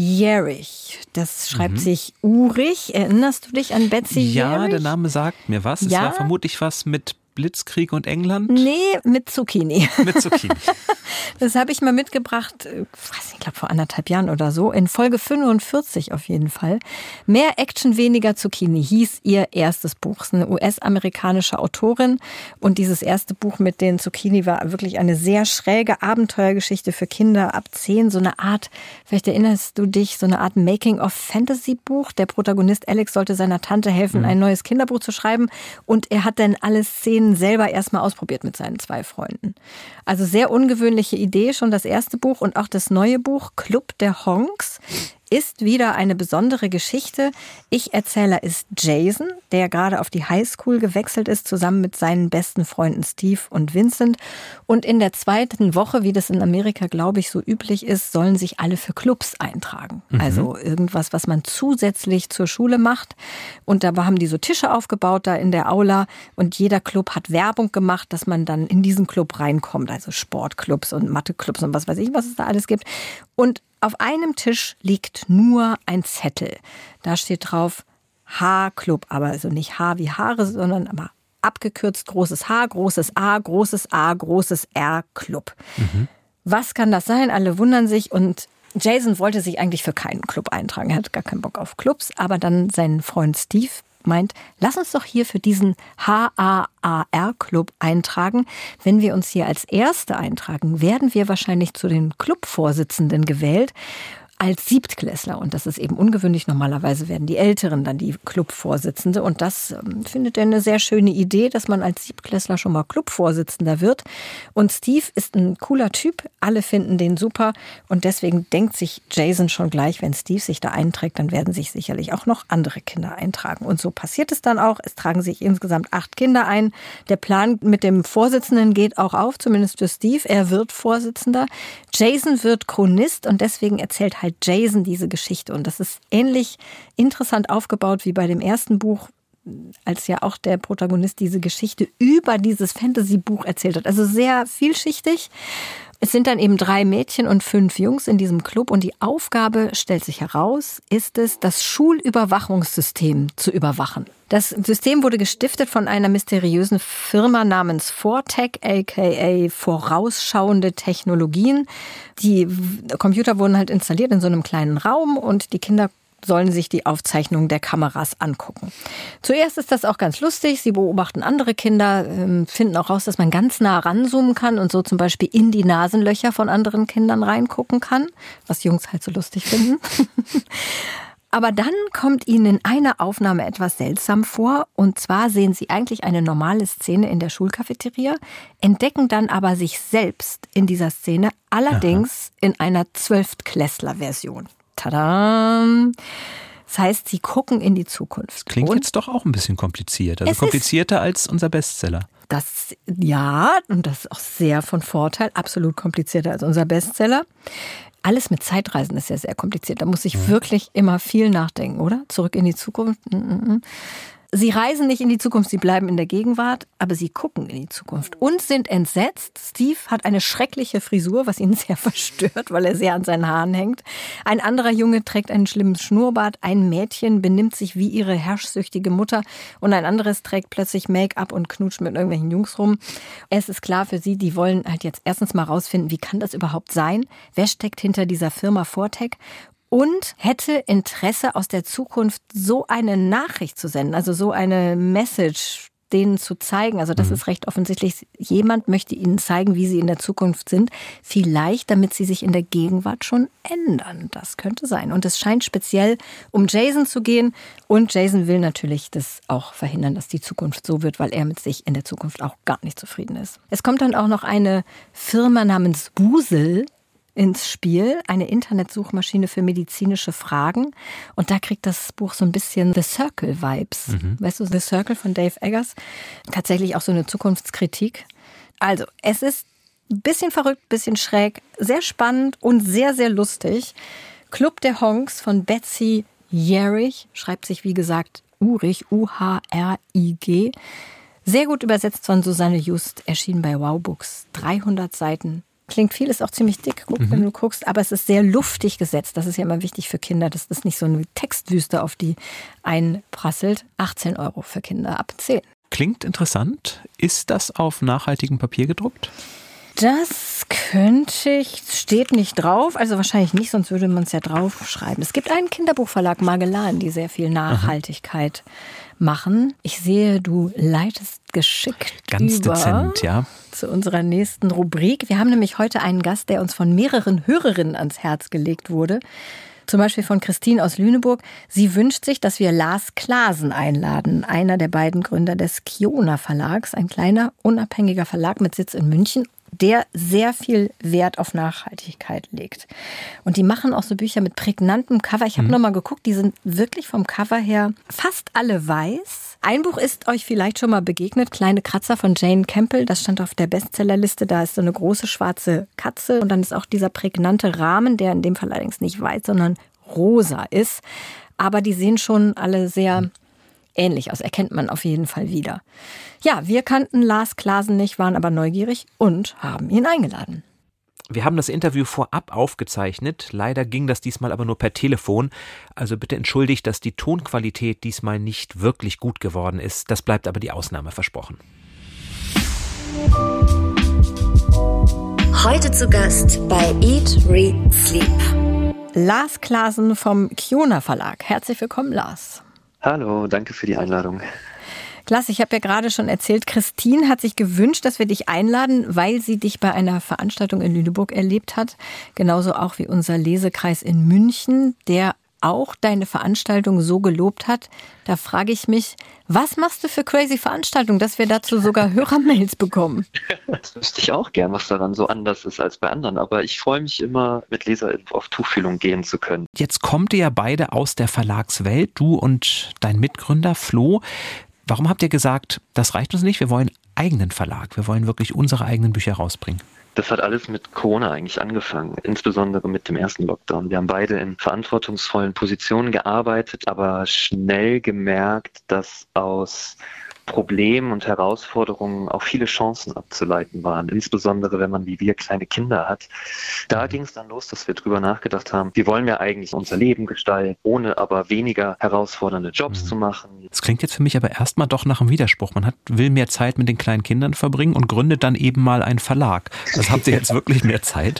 Jährich. Das schreibt mhm. sich Urig. Erinnerst du dich an Betsy Jährich? Ja, der Name sagt mir was. Es ja? war vermutlich was mit Blitzkrieg und England? Nee, mit Zucchini. Mit Zucchini. Das habe ich mal mitgebracht, ich glaube vor anderthalb Jahren oder so, in Folge fünfundvierzig auf jeden Fall. Mehr Action, weniger Zucchini hieß ihr erstes Buch. Es ist eine U S-amerikanische Autorin und dieses erste Buch mit den Zucchini war wirklich eine sehr schräge Abenteuergeschichte für Kinder ab zehn. So eine Art, vielleicht erinnerst du dich, so eine Art Making-of-Fantasy-Buch. Der Protagonist Alex sollte seiner Tante helfen, ein neues Kinderbuch zu schreiben und er hat dann alle Szenen selber erstmal ausprobiert mit seinen zwei Freunden. Also sehr ungewöhnliche Idee, schon das erste Buch und auch das neue Buch Club der Honks ist wieder eine besondere Geschichte. Ich-Erzähler ist Jason, der gerade auf die Highschool gewechselt ist, zusammen mit seinen besten Freunden Steve und Vincent. Und in der zweiten Woche, wie das in Amerika, glaube ich, so üblich ist, sollen sich alle für Clubs eintragen. Mhm. Also irgendwas, was man zusätzlich zur Schule macht. Und da haben die so Tische aufgebaut da in der Aula. Und jeder Club hat Werbung gemacht, dass man dann in diesen Club reinkommt. Also Sportclubs und Matheclubs und was weiß ich, was es da alles gibt. Und auf einem Tisch liegt nur ein Zettel. Da steht drauf H-Club, aber also nicht H wie Haare, sondern aber abgekürzt großes H, großes A, großes A, großes R, Club. Mhm. Was kann das sein? Alle wundern sich und Jason wollte sich eigentlich für keinen Club eintragen. Er hat gar keinen Bock auf Clubs, aber dann sein Freund Steve meint, lass uns doch hier für diesen H A A R-Club eintragen. Wenn wir uns hier als Erste eintragen, werden wir wahrscheinlich zu den Clubvorsitzenden gewählt. Als Siebtklässler. Und das ist eben ungewöhnlich. Normalerweise werden die Älteren dann die Clubvorsitzende. Und das ähm, findet er eine sehr schöne Idee, dass man als Siebtklässler schon mal Clubvorsitzender wird. Und Steve ist ein cooler Typ. Alle finden den super. Und deswegen denkt sich Jason schon gleich, wenn Steve sich da einträgt, dann werden sich sicherlich auch noch andere Kinder eintragen. Und so passiert es dann auch. Es tragen sich insgesamt acht Kinder ein. Der Plan mit dem Vorsitzenden geht auch auf, zumindest für Steve. Er wird Vorsitzender. Jason wird Chronist und deswegen erzählt halt Jason diese Geschichte. Und das ist ähnlich interessant aufgebaut wie bei dem ersten Buch, als ja auch der Protagonist diese Geschichte über dieses Fantasy-Buch erzählt hat. Also sehr vielschichtig. Es sind dann eben drei Mädchen und fünf Jungs in diesem Club und die Aufgabe, stellt sich heraus, ist es, das Schulüberwachungssystem zu überwachen. Das System wurde gestiftet von einer mysteriösen Firma namens Fortech, aka Vorausschauende Technologien. Die Computer wurden halt installiert in so einem kleinen Raum und die Kinder sollen sich die Aufzeichnungen der Kameras angucken. Zuerst ist das auch ganz lustig. Sie beobachten andere Kinder, finden auch raus, dass man ganz nah ranzoomen kann und so zum Beispiel in die Nasenlöcher von anderen Kindern reingucken kann, was Jungs halt so lustig finden. Aber dann kommt ihnen in einer Aufnahme etwas seltsam vor. Und zwar sehen sie eigentlich eine normale Szene in der Schulcafeteria, entdecken dann aber sich selbst in dieser Szene, allerdings Aha. in einer Zwölftklässler-Version. Tada! Das heißt, sie gucken in die Zukunft. Klingt und jetzt doch auch ein bisschen kompliziert. Also komplizierter als unser Bestseller. Das, ja, und das ist auch sehr von Vorteil. Absolut komplizierter als unser Bestseller. Alles mit Zeitreisen ist ja sehr kompliziert. Da muss ich mhm. wirklich immer viel nachdenken, oder? Zurück in die Zukunft. Mhm. Sie reisen nicht in die Zukunft, sie bleiben in der Gegenwart, aber sie gucken in die Zukunft und sind entsetzt. Steve hat eine schreckliche Frisur, was ihn sehr verstört, weil er sehr an seinen Haaren hängt. Ein anderer Junge trägt einen schlimmen Schnurrbart. Ein Mädchen benimmt sich wie ihre herrschsüchtige Mutter und ein anderes trägt plötzlich Make-up und knutscht mit irgendwelchen Jungs rum. Es ist klar für sie, die wollen halt jetzt erstens mal rausfinden, wie kann das überhaupt sein? Wer steckt hinter dieser Firma Fortech? Und hätte Interesse aus der Zukunft, so eine Nachricht zu senden, also so eine Message denen zu zeigen. Also das mhm. ist recht offensichtlich. Jemand möchte ihnen zeigen, wie sie in der Zukunft sind. Vielleicht, damit sie sich in der Gegenwart schon ändern. Das könnte sein. Und es scheint speziell um Jason zu gehen. Und Jason will natürlich das auch verhindern, dass die Zukunft so wird, weil er mit sich in der Zukunft auch gar nicht zufrieden ist. Es kommt dann auch noch eine Firma namens Busel ins Spiel, eine Internetsuchmaschine für medizinische Fragen. Und da kriegt das Buch so ein bisschen The Circle-Vibes. Mhm. Weißt du, The Circle von Dave Eggers. Tatsächlich auch so eine Zukunftskritik. Also, es ist ein bisschen verrückt, ein bisschen schräg, sehr spannend und sehr, sehr lustig. Club der Honks von Betsy Uhrig, schreibt sich wie gesagt Uhrig, U H R I G. Sehr gut übersetzt von Susanne Just, erschienen bei Wow Books. dreihundert Seiten. Klingt viel, ist auch ziemlich dick, guck, mhm. wenn du guckst, aber es ist sehr luftig gesetzt. Das ist ja immer wichtig für Kinder, dass das nicht so eine Textwüste auf die einprasselt. achtzehn Euro für Kinder ab zehn. Klingt interessant. Ist das auf nachhaltigem Papier gedruckt? Das könnte ich, steht nicht drauf, also wahrscheinlich nicht, sonst würde man es ja draufschreiben. Es gibt einen Kinderbuchverlag, Magellan, die sehr viel Nachhaltigkeit Aha. machen. Ich sehe, du leitest geschickt Ganz über dezent, ja. zu unserer nächsten Rubrik. Wir haben nämlich heute einen Gast, der uns von mehreren Hörerinnen ans Herz gelegt wurde. Zum Beispiel von Christine aus Lüneburg. Sie wünscht sich, dass wir Lars Klaasen einladen, einer der beiden Gründer des Kiona Verlags, ein kleiner, unabhängiger Verlag mit Sitz in München, der sehr viel Wert auf Nachhaltigkeit legt. Und die machen auch so Bücher mit prägnantem Cover. Ich habe mhm. nochmal geguckt, die sind wirklich vom Cover her fast alle weiß. Ein Buch ist euch vielleicht schon mal begegnet, Kleine Kratzer von Jane Campbell. Das stand auf der Bestsellerliste. Da ist so eine große schwarze Katze und dann ist auch dieser prägnante Rahmen, der in dem Fall allerdings nicht weiß, sondern rosa ist. Aber die sehen schon alle sehr mhm. ähnlich aus, erkennt man auf jeden Fall wieder. Ja, wir kannten Lars Klaasen nicht, waren aber neugierig und haben ihn eingeladen. Wir haben das Interview vorab aufgezeichnet. Leider ging das diesmal aber nur per Telefon. Also bitte entschuldigt, dass die Tonqualität diesmal nicht wirklich gut geworden ist. Das bleibt aber die Ausnahme, versprochen. Heute zu Gast bei Eat, Read, Sleep. Lars Klaasen vom Kiona Verlag. Herzlich willkommen, Lars. Hallo, danke für die Einladung. Klasse, ich habe ja gerade schon erzählt, Christine hat sich gewünscht, dass wir dich einladen, weil sie dich bei einer Veranstaltung in Lüneburg erlebt hat. Genauso auch wie unser Lesekreis in München, der auch deine Veranstaltung so gelobt hat. Da frage ich mich, was machst du für crazy Veranstaltungen, dass wir dazu sogar Hörermails bekommen? Das wüsste ich auch gern, was daran so anders ist als bei anderen. Aber ich freue mich immer, mit LeserInnen auf Tuchfühlung gehen zu können. Jetzt kommt ihr ja beide aus der Verlagswelt, du und dein Mitgründer Flo. Warum habt ihr gesagt, das reicht uns nicht, wir wollen eigenen Verlag, wir wollen wirklich unsere eigenen Bücher rausbringen? Das hat alles mit Corona eigentlich angefangen, insbesondere mit dem ersten Lockdown. Wir haben beide in verantwortungsvollen Positionen gearbeitet, aber schnell gemerkt, dass aus Problemen und Herausforderungen auch viele Chancen abzuleiten waren, insbesondere wenn man wie wir kleine Kinder hat. Da ging es dann los, dass wir drüber nachgedacht haben, wie wollen wir eigentlich unser Leben gestalten, ohne aber weniger herausfordernde Jobs mhm. zu machen. Das klingt jetzt für mich aber erstmal doch nach einem Widerspruch. Man hat, will mehr Zeit mit den kleinen Kindern verbringen und gründet dann eben mal einen Verlag. Also habt ihr jetzt wirklich mehr Zeit?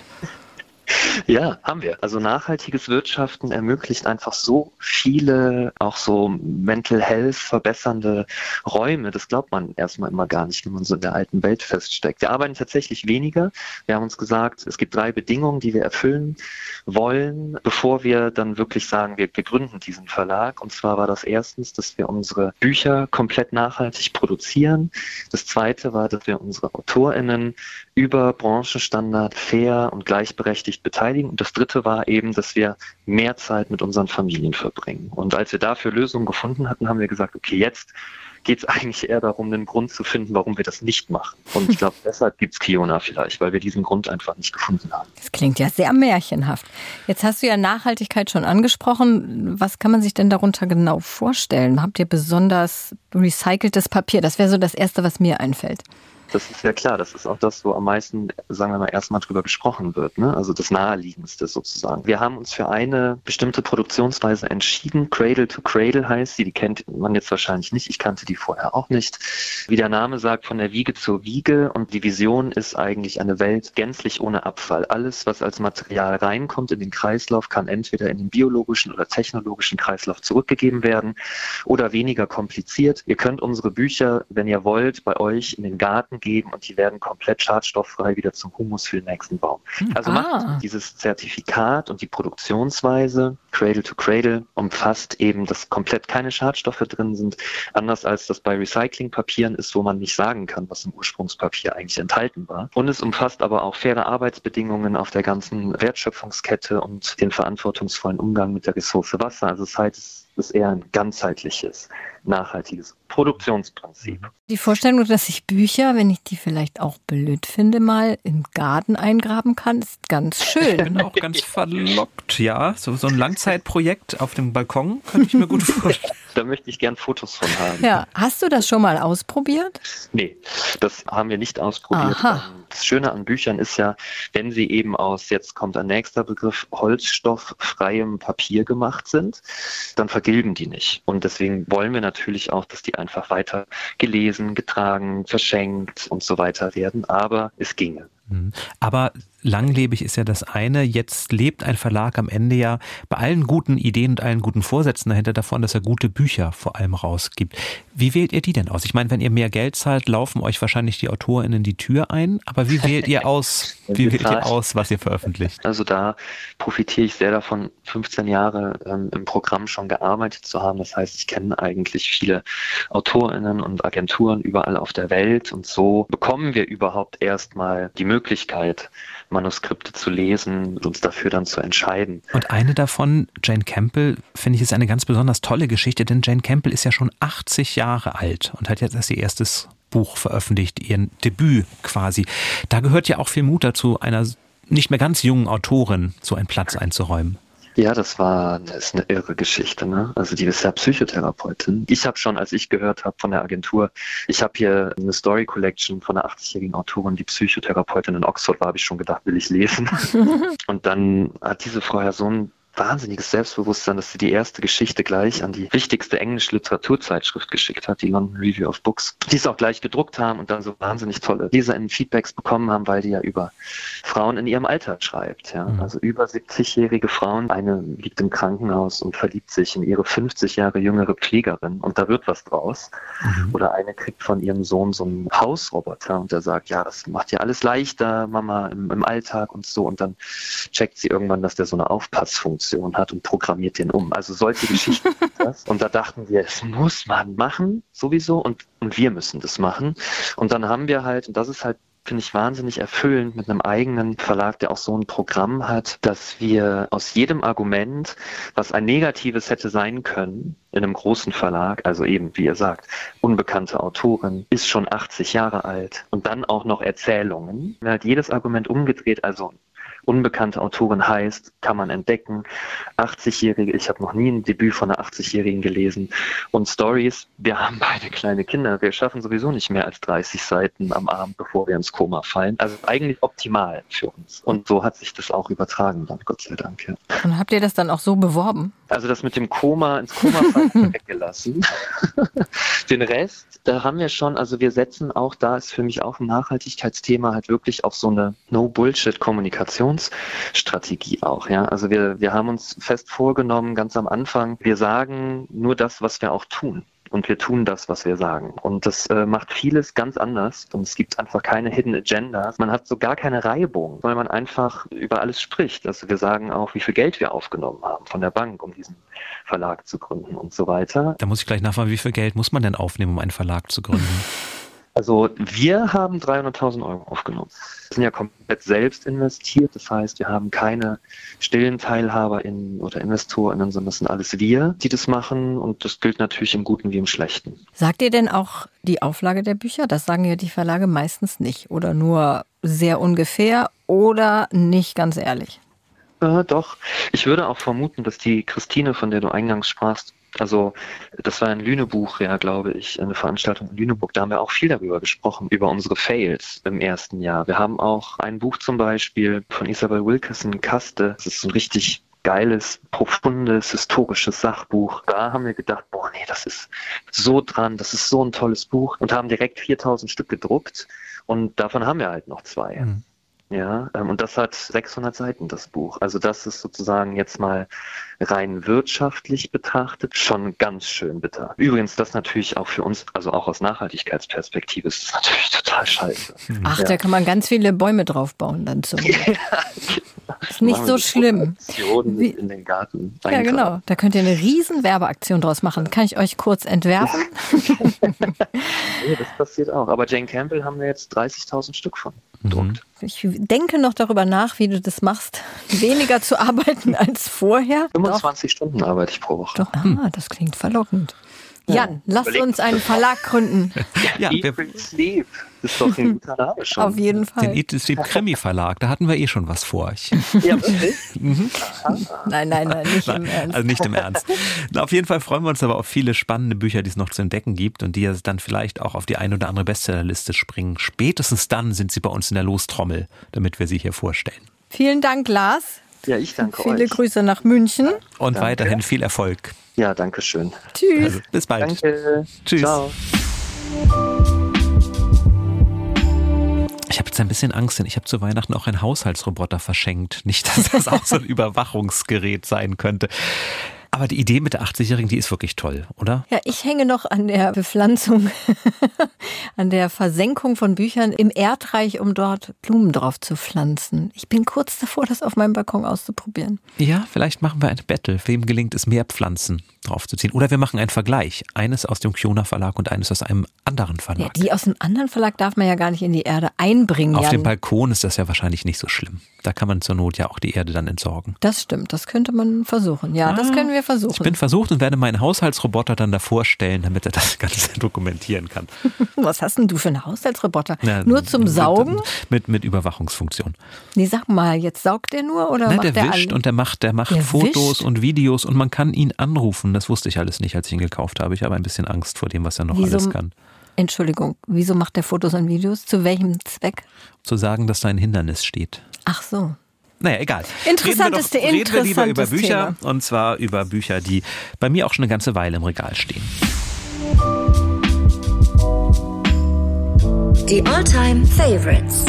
Ja, haben wir. Also nachhaltiges Wirtschaften ermöglicht einfach so viele, auch so Mental Health verbessernde Räume. Das glaubt man erstmal immer gar nicht, wenn man so in der alten Welt feststeckt. Wir arbeiten tatsächlich weniger. Wir haben uns gesagt, es gibt drei Bedingungen, die wir erfüllen wollen, bevor wir dann wirklich sagen, wir, wir gründen diesen Verlag. Und zwar war das erstens, dass wir unsere Bücher komplett nachhaltig produzieren. Das zweite war, dass wir unsere AutorInnen über Branchenstandard fair und gleichberechtigt beteiligen. Und das dritte war eben, dass wir mehr Zeit mit unseren Familien verbringen. Und als wir dafür Lösungen gefunden hatten, haben wir gesagt, okay, jetzt geht es eigentlich eher darum, einen Grund zu finden, warum wir das nicht machen. Und ich glaube, deshalb gibt es Kiona vielleicht, weil wir diesen Grund einfach nicht gefunden haben. Das klingt ja sehr märchenhaft. Jetzt hast du ja Nachhaltigkeit schon angesprochen. Was kann man sich denn darunter genau vorstellen? Habt ihr besonders recyceltes Papier? Das wäre so das Erste, was mir einfällt. Das ist ja klar, das ist auch das, wo am meisten, sagen wir mal, erstmal drüber gesprochen wird, ne? Also das Naheliegendste sozusagen. Wir haben uns für eine bestimmte Produktionsweise entschieden. Cradle to Cradle heißt sie, die kennt man jetzt wahrscheinlich nicht, ich kannte die vorher auch nicht. Wie der Name sagt, von der Wiege zur Wiege, und die Vision ist eigentlich eine Welt gänzlich ohne Abfall. Alles, was als Material reinkommt in den Kreislauf, kann entweder in den biologischen oder technologischen Kreislauf zurückgegeben werden oder weniger kompliziert. Ihr könnt unsere Bücher, wenn ihr wollt, bei euch in den Garten geben und die werden komplett schadstofffrei wieder zum Humus für den nächsten Baum. Also Ah. macht dieses Zertifikat und die Produktionsweise Cradle to Cradle umfasst eben, dass komplett keine Schadstoffe drin sind, anders als das bei Recyclingpapieren ist, wo man nicht sagen kann, was im Ursprungspapier eigentlich enthalten war. Und es umfasst aber auch faire Arbeitsbedingungen auf der ganzen Wertschöpfungskette und den verantwortungsvollen Umgang mit der Ressource Wasser. Also das heißt, es ist eher ein ganzheitliches, nachhaltiges Produktionsprinzip. Die Vorstellung, dass ich Bücher, wenn ich die vielleicht auch blöd finde, mal im Garten eingraben kann, ist ganz Ich schön. bin auch ganz verlockt, ja. So, so ein Langzeitprojekt auf dem Balkon könnte ich mir gut vorstellen. Da möchte ich gern Fotos von haben. Ja, hast du das schon mal ausprobiert? Nee, das haben wir nicht ausprobiert. Aha. Das Schöne an Büchern ist ja, wenn sie eben aus, jetzt kommt ein nächster Begriff, holzstofffreiem Papier gemacht sind, dann vergilben die nicht. Und deswegen wollen wir natürlich auch, dass die einfach weiter gelesen, getragen, verschenkt und so weiter werden. Aber es ginge. Aber langlebig ist ja das eine. Jetzt lebt ein Verlag am Ende ja bei allen guten Ideen und allen guten Vorsätzen dahinter davon, dass er gute Bücher vor allem rausgibt. Wie wählt ihr die denn aus? Ich meine, wenn ihr mehr Geld zahlt, laufen euch wahrscheinlich die AutorInnen die Tür ein. Aber wie wählt ihr aus, wie wählt ihr aus, was ihr veröffentlicht? Also da profitiere ich sehr davon, fünfzehn Jahre ähm, im Programm schon gearbeitet zu haben. Das heißt, ich kenne eigentlich viele AutorInnen und Agenturen überall auf der Welt. Und so bekommen wir überhaupt erstmal die Möglichkeit, Manuskripte zu lesen und uns dafür dann zu entscheiden. Und eine davon, Jane Campbell, finde ich, ist eine ganz besonders tolle Geschichte, denn Jane Campbell ist ja schon achtzig Jahre alt und hat jetzt erst ihr erstes Buch veröffentlicht, ihren Debüt quasi. Da gehört ja auch viel Mut dazu, einer nicht mehr ganz jungen Autorin so einen Platz einzuräumen. Ja, das war das ist eine irre Geschichte, ne? Also die ist ja Psychotherapeutin. Ich habe schon, als ich gehört habe von der Agentur, ich habe hier eine Story Collection von einer achtzigjährigen Autorin, die Psychotherapeutin in Oxford war, habe ich schon gedacht, will ich lesen. Und dann hat diese Frau ja so ein wahnsinniges Selbstbewusstsein, dass sie die erste Geschichte gleich an die wichtigste englische Literaturzeitschrift geschickt hat, die London Review of Books, die es auch gleich gedruckt haben und dann so wahnsinnig tolle LeserInnen-Feedbacks bekommen haben, weil die ja über Frauen in ihrem Alter schreibt. Ja? Mhm. Also über siebzigjährige Frauen. Eine liegt im Krankenhaus und verliebt sich in ihre fünfzig Jahre jüngere Pflegerin und da wird was draus. Mhm. Oder eine kriegt von ihrem Sohn so einen Hausroboter und der sagt, ja, das macht ja alles leichter, Mama, im, im Alltag und so. Und dann checkt sie irgendwann, dass der so eine Aufpassfunktion hat und programmiert den um. Also solche Geschichten sind das. Und da dachten wir, es muss man machen, sowieso, und, und wir müssen das machen. Und dann haben wir halt, und das ist halt, finde ich, wahnsinnig erfüllend mit einem eigenen Verlag, der auch so ein Programm hat, dass wir aus jedem Argument, was ein negatives hätte sein können, in einem großen Verlag, also eben, wie ihr sagt, unbekannte Autorin, ist schon achtzig Jahre alt und dann auch noch Erzählungen. Wir haben halt jedes Argument umgedreht, also unbekannte Autorin heißt, kann man entdecken. achtzigjährige, ich habe noch nie ein Debüt von einer achtzigjährigen gelesen. Und Stories, wir haben beide kleine Kinder. Wir schaffen sowieso nicht mehr als dreißig Seiten am Abend, bevor wir ins Koma fallen. Also eigentlich optimal für uns. Und so hat sich das auch übertragen, dann Gott sei Dank. Ja. Und habt ihr das dann auch so beworben? Also das mit dem Koma, ins Koma fallen weggelassen. Den Rest, da haben wir schon, also wir setzen auch, da ist für mich auch ein Nachhaltigkeitsthema halt wirklich auf so eine No-Bullshit-Kommunikationsstrategie auch, ja. Also wir, wir haben uns fest vorgenommen, ganz am Anfang, wir sagen nur das, was wir auch tun. Und wir tun das, was wir sagen. Und das äh, macht vieles ganz anders. Und es gibt einfach keine Hidden Agendas. Man hat so gar keine Reibung, weil man einfach über alles spricht. Also wir sagen auch, wie viel Geld wir aufgenommen haben von der Bank, um diesen Verlag zu gründen und so weiter. Da muss ich gleich nachfragen, wie viel Geld muss man denn aufnehmen, um einen Verlag zu gründen? Also wir haben dreihunderttausend Euro aufgenommen. Wir sind ja komplett selbst investiert. Das heißt, wir haben keine stillen TeilhaberInnen oder InvestorInnen, sondern das sind alles wir, die das machen. Und das gilt natürlich im Guten wie im Schlechten. Sagt ihr denn auch die Auflage der Bücher? Das sagen ja die Verlage meistens nicht. Oder nur sehr ungefähr oder nicht ganz ehrlich. Äh, doch. Ich würde auch vermuten, dass die Christine, von der du eingangs sprachst, Also das war in Lüneburg, ja, glaube ich, eine Veranstaltung in Lüneburg. Da haben wir auch viel darüber gesprochen, über unsere Fails im ersten Jahr. Wir haben auch ein Buch zum Beispiel von Isabel Wilkerson, Kaste. Das ist so ein richtig geiles, profundes, historisches Sachbuch. Da haben wir gedacht, boah, nee, das ist so dran, das ist so ein tolles Buch und haben direkt viertausend Stück gedruckt und davon haben wir halt noch zwei. Mhm. Ja, und das hat sechshundert Seiten, das Buch. Also das ist sozusagen jetzt mal rein wirtschaftlich betrachtet schon ganz schön bitter. Übrigens, das natürlich auch für uns, also auch aus Nachhaltigkeitsperspektive, ist das natürlich total scheiße. Ach, ja. Da kann man ganz viele Bäume draufbauen dann zum. Ja, ist nicht so schlimm. Wie, in den Garten. Ja, genau. Da könnt ihr eine riesen Werbeaktion draus machen. Kann ich euch kurz entwerfen? Nee, das passiert auch. Aber Jane Campbell haben wir jetzt dreißigtausend Stück von gedruckt. Ich denke noch darüber nach, wie du das machst, weniger zu arbeiten als vorher. fünfundzwanzig Doch. Stunden arbeite ich pro Woche. Doch, ah, das klingt verlockend. Jan, ja, lass uns einen Verlag gründen. Ja, Eat, Read, Sleep. Das ist doch ein guter Name schon. Auf jeden Fall. Den Eat, Read, Sleep Krimi-Verlag, da hatten wir eh schon was vor. Ich ja, wirklich? mhm. Nein, nein, nein, nicht nein, im Ernst. Also nicht im Ernst. Na, auf jeden Fall freuen wir uns aber auf viele spannende Bücher, die es noch zu entdecken gibt und die ja dann vielleicht auch auf die ein oder andere Bestsellerliste springen. Spätestens dann sind sie bei uns in der Lostrommel, damit wir sie hier vorstellen. Vielen Dank, Lars. Ja, ich danke Viele euch. Grüße nach München. Und danke. Weiterhin viel Erfolg. Ja, danke schön. Tschüss. Also, bis bald. Danke. Tschüss. Ciao. Ich habe jetzt ein bisschen Angst, denn ich habe zu Weihnachten auch einen Haushaltsroboter verschenkt. Nicht, dass das auch so ein Überwachungsgerät sein könnte. Aber die Idee mit der achtzigjährigen, die ist wirklich toll, oder? Ja, ich hänge noch an der Bepflanzung, an der Versenkung von Büchern im Erdreich, um dort Blumen drauf zu pflanzen. Ich bin kurz davor, das auf meinem Balkon auszuprobieren. Ja, vielleicht machen wir ein Battle. Wem gelingt es, mehr Pflanzen draufzuziehen? Oder wir machen einen Vergleich. Eines aus dem Kiona Verlag und eines aus einem anderen Verlag. Ja, die aus einem anderen Verlag darf man ja gar nicht in die Erde einbringen. Auf Jan. dem Balkon ist das ja wahrscheinlich nicht so schlimm. Da kann man zur Not ja auch die Erde dann entsorgen. Das stimmt, das könnte man versuchen. Ja, ah, das können wir versuchen. Ich bin versucht und werde meinen Haushaltsroboter dann davor stellen, damit er das Ganze dokumentieren kann. Was hast denn du für einen Haushaltsroboter? Ja, nur zum mit, Saugen? Mit, mit Überwachungsfunktion. Nee, sag mal, jetzt saugt der nur oder Nein, macht der, der wischt alle? und der macht, der macht der Fotos wischt? und Videos und man kann ihn anrufen. Das wusste ich alles nicht, als ich ihn gekauft habe. Ich habe ein bisschen Angst vor dem, was er noch Wieso, alles kann. Entschuldigung, wieso macht der Fotos und Videos? Zu welchem Zweck? Zu sagen, dass da ein Hindernis steht. Ach so. Naja, egal. Interessanteste, reden wir, doch, reden wir lieber über Bücher. Thema. Und zwar über Bücher, die bei mir auch schon eine ganze Weile im Regal stehen. Die All-Time Favorites.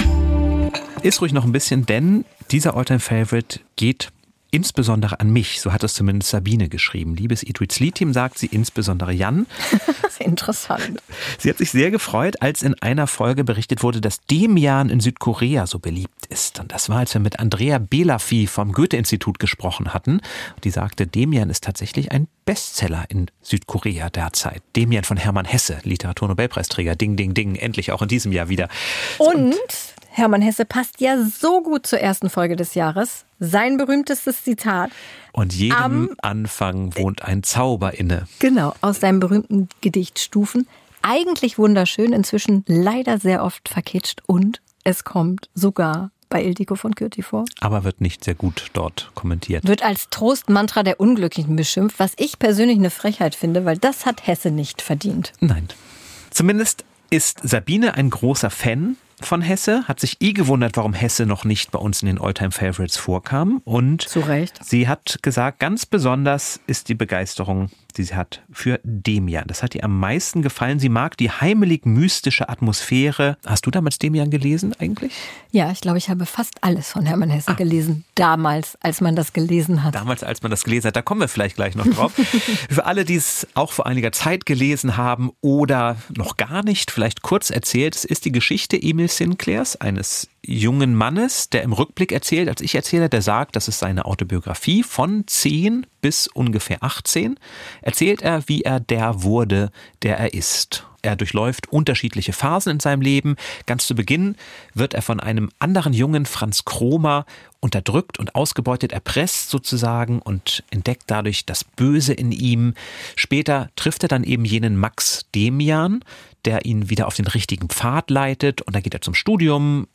Ist ruhig noch ein bisschen, denn dieser All-Time Favorite geht insbesondere an mich. So hat es zumindest Sabine geschrieben. Liebes Eat, Read, Sleep Team, sagt sie, insbesondere Jan. Das ist interessant. Sie hat sich sehr gefreut, als in einer Folge berichtet wurde, dass Demian in Südkorea so beliebt ist. Und das war, als wir mit Andrea Belafi vom Goethe-Institut gesprochen hatten. Die sagte, Demian ist tatsächlich ein Bestseller in Südkorea derzeit. Demian von Hermann Hesse, Literaturnobelpreisträger. Ding, ding, ding. Endlich auch in diesem Jahr wieder. Und, Und Hermann Hesse passt ja so gut zur ersten Folge des Jahres. Sein berühmtestes Zitat. Und jedem Am, Anfang wohnt ein Zauber inne. Genau, aus seinem berühmten Gedicht Stufen. Eigentlich wunderschön, inzwischen leider sehr oft verkitscht und es kommt sogar bei Ildiko von Kürti vor. Aber wird nicht sehr gut dort kommentiert. Wird als Trostmantra der Unglücklichen beschimpft, was ich persönlich eine Frechheit finde, weil das hat Hesse nicht verdient. Nein. Zumindest ist Sabine ein großer Fan von Hesse, hat sich eh gewundert, warum Hesse noch nicht bei uns in den All-Time Favorites vorkam. Und zu Recht. Sie hat gesagt, ganz besonders ist die Begeisterung, die sie hat für Demian. Das hat ihr am meisten gefallen. Sie mag die heimelig-mystische Atmosphäre. Hast du damals Demian gelesen eigentlich? Ja, ich glaube, ich habe fast alles von Hermann Hesse ah. gelesen. Damals, als man das gelesen hat. Damals, als man das gelesen hat. Da kommen wir vielleicht gleich noch drauf. Für alle, die es auch vor einiger Zeit gelesen haben oder noch gar nicht, vielleicht kurz erzählt, es ist die Geschichte Emil Sinclairs, eines jungen Mannes, der im Rückblick erzählt, als ich erzähle, der sagt, das ist seine Autobiografie von zehn bis ungefähr achtzehn, erzählt er, wie er der wurde, der er ist. Er durchläuft unterschiedliche Phasen in seinem Leben. Ganz zu Beginn wird er von einem anderen Jungen, Franz Kromer, unterdrückt und ausgebeutet, erpresst sozusagen und entdeckt dadurch das Böse in ihm. Später trifft er dann eben jenen Max Demian, der ihn wieder auf den richtigen Pfad leitet und dann geht er zum Studium,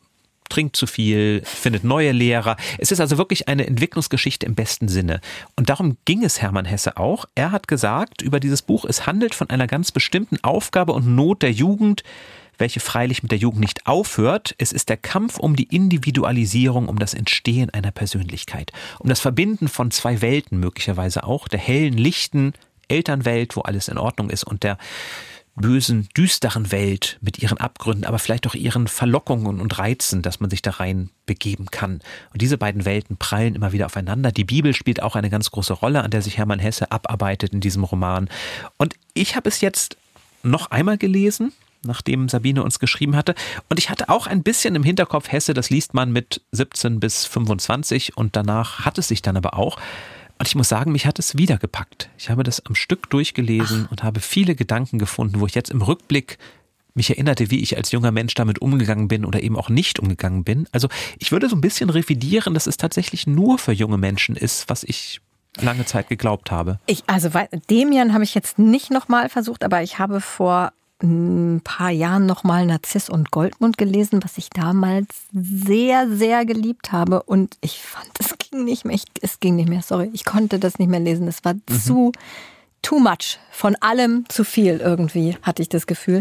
trinkt zu viel, findet neue Lehrer. Es ist also wirklich eine Entwicklungsgeschichte im besten Sinne. Und darum ging es Hermann Hesse auch. Er hat gesagt über dieses Buch, es handelt von einer ganz bestimmten Aufgabe und Not der Jugend, welche freilich mit der Jugend nicht aufhört. Es ist der Kampf um die Individualisierung, um das Entstehen einer Persönlichkeit, um das Verbinden von zwei Welten möglicherweise auch, der hellen, lichten Elternwelt, wo alles in Ordnung ist, und der bösen, düsteren Welt mit ihren Abgründen, aber vielleicht auch ihren Verlockungen und Reizen, dass man sich da rein begeben kann. Und diese beiden Welten prallen immer wieder aufeinander. Die Bibel spielt auch eine ganz große Rolle, an der sich Hermann Hesse abarbeitet in diesem Roman. Und ich habe es jetzt noch einmal gelesen, nachdem Sabine uns geschrieben hatte. Und ich hatte auch ein bisschen im Hinterkopf, Hesse, das liest man mit siebzehn bis fünfundzwanzig und danach hat es sich dann aber auch. Und ich muss sagen, mich hat es wieder gepackt. Ich habe das am Stück durchgelesen Ach. und habe viele Gedanken gefunden, wo ich jetzt im Rückblick mich erinnerte, wie ich als junger Mensch damit umgegangen bin oder eben auch nicht umgegangen bin. Also ich würde so ein bisschen revidieren, dass es tatsächlich nur für junge Menschen ist, was ich lange Zeit geglaubt habe. Ich, also Demian habe ich jetzt nicht nochmal versucht, aber ich habe vor ein paar Jahren nochmal Narziss und Goldmund gelesen, was ich damals sehr, sehr geliebt habe. Und ich fand, es ging nicht mehr. Ich, es ging nicht mehr, sorry. Ich konnte das nicht mehr lesen. Es war mhm. zu, too much. Von allem zu viel irgendwie, hatte ich das Gefühl.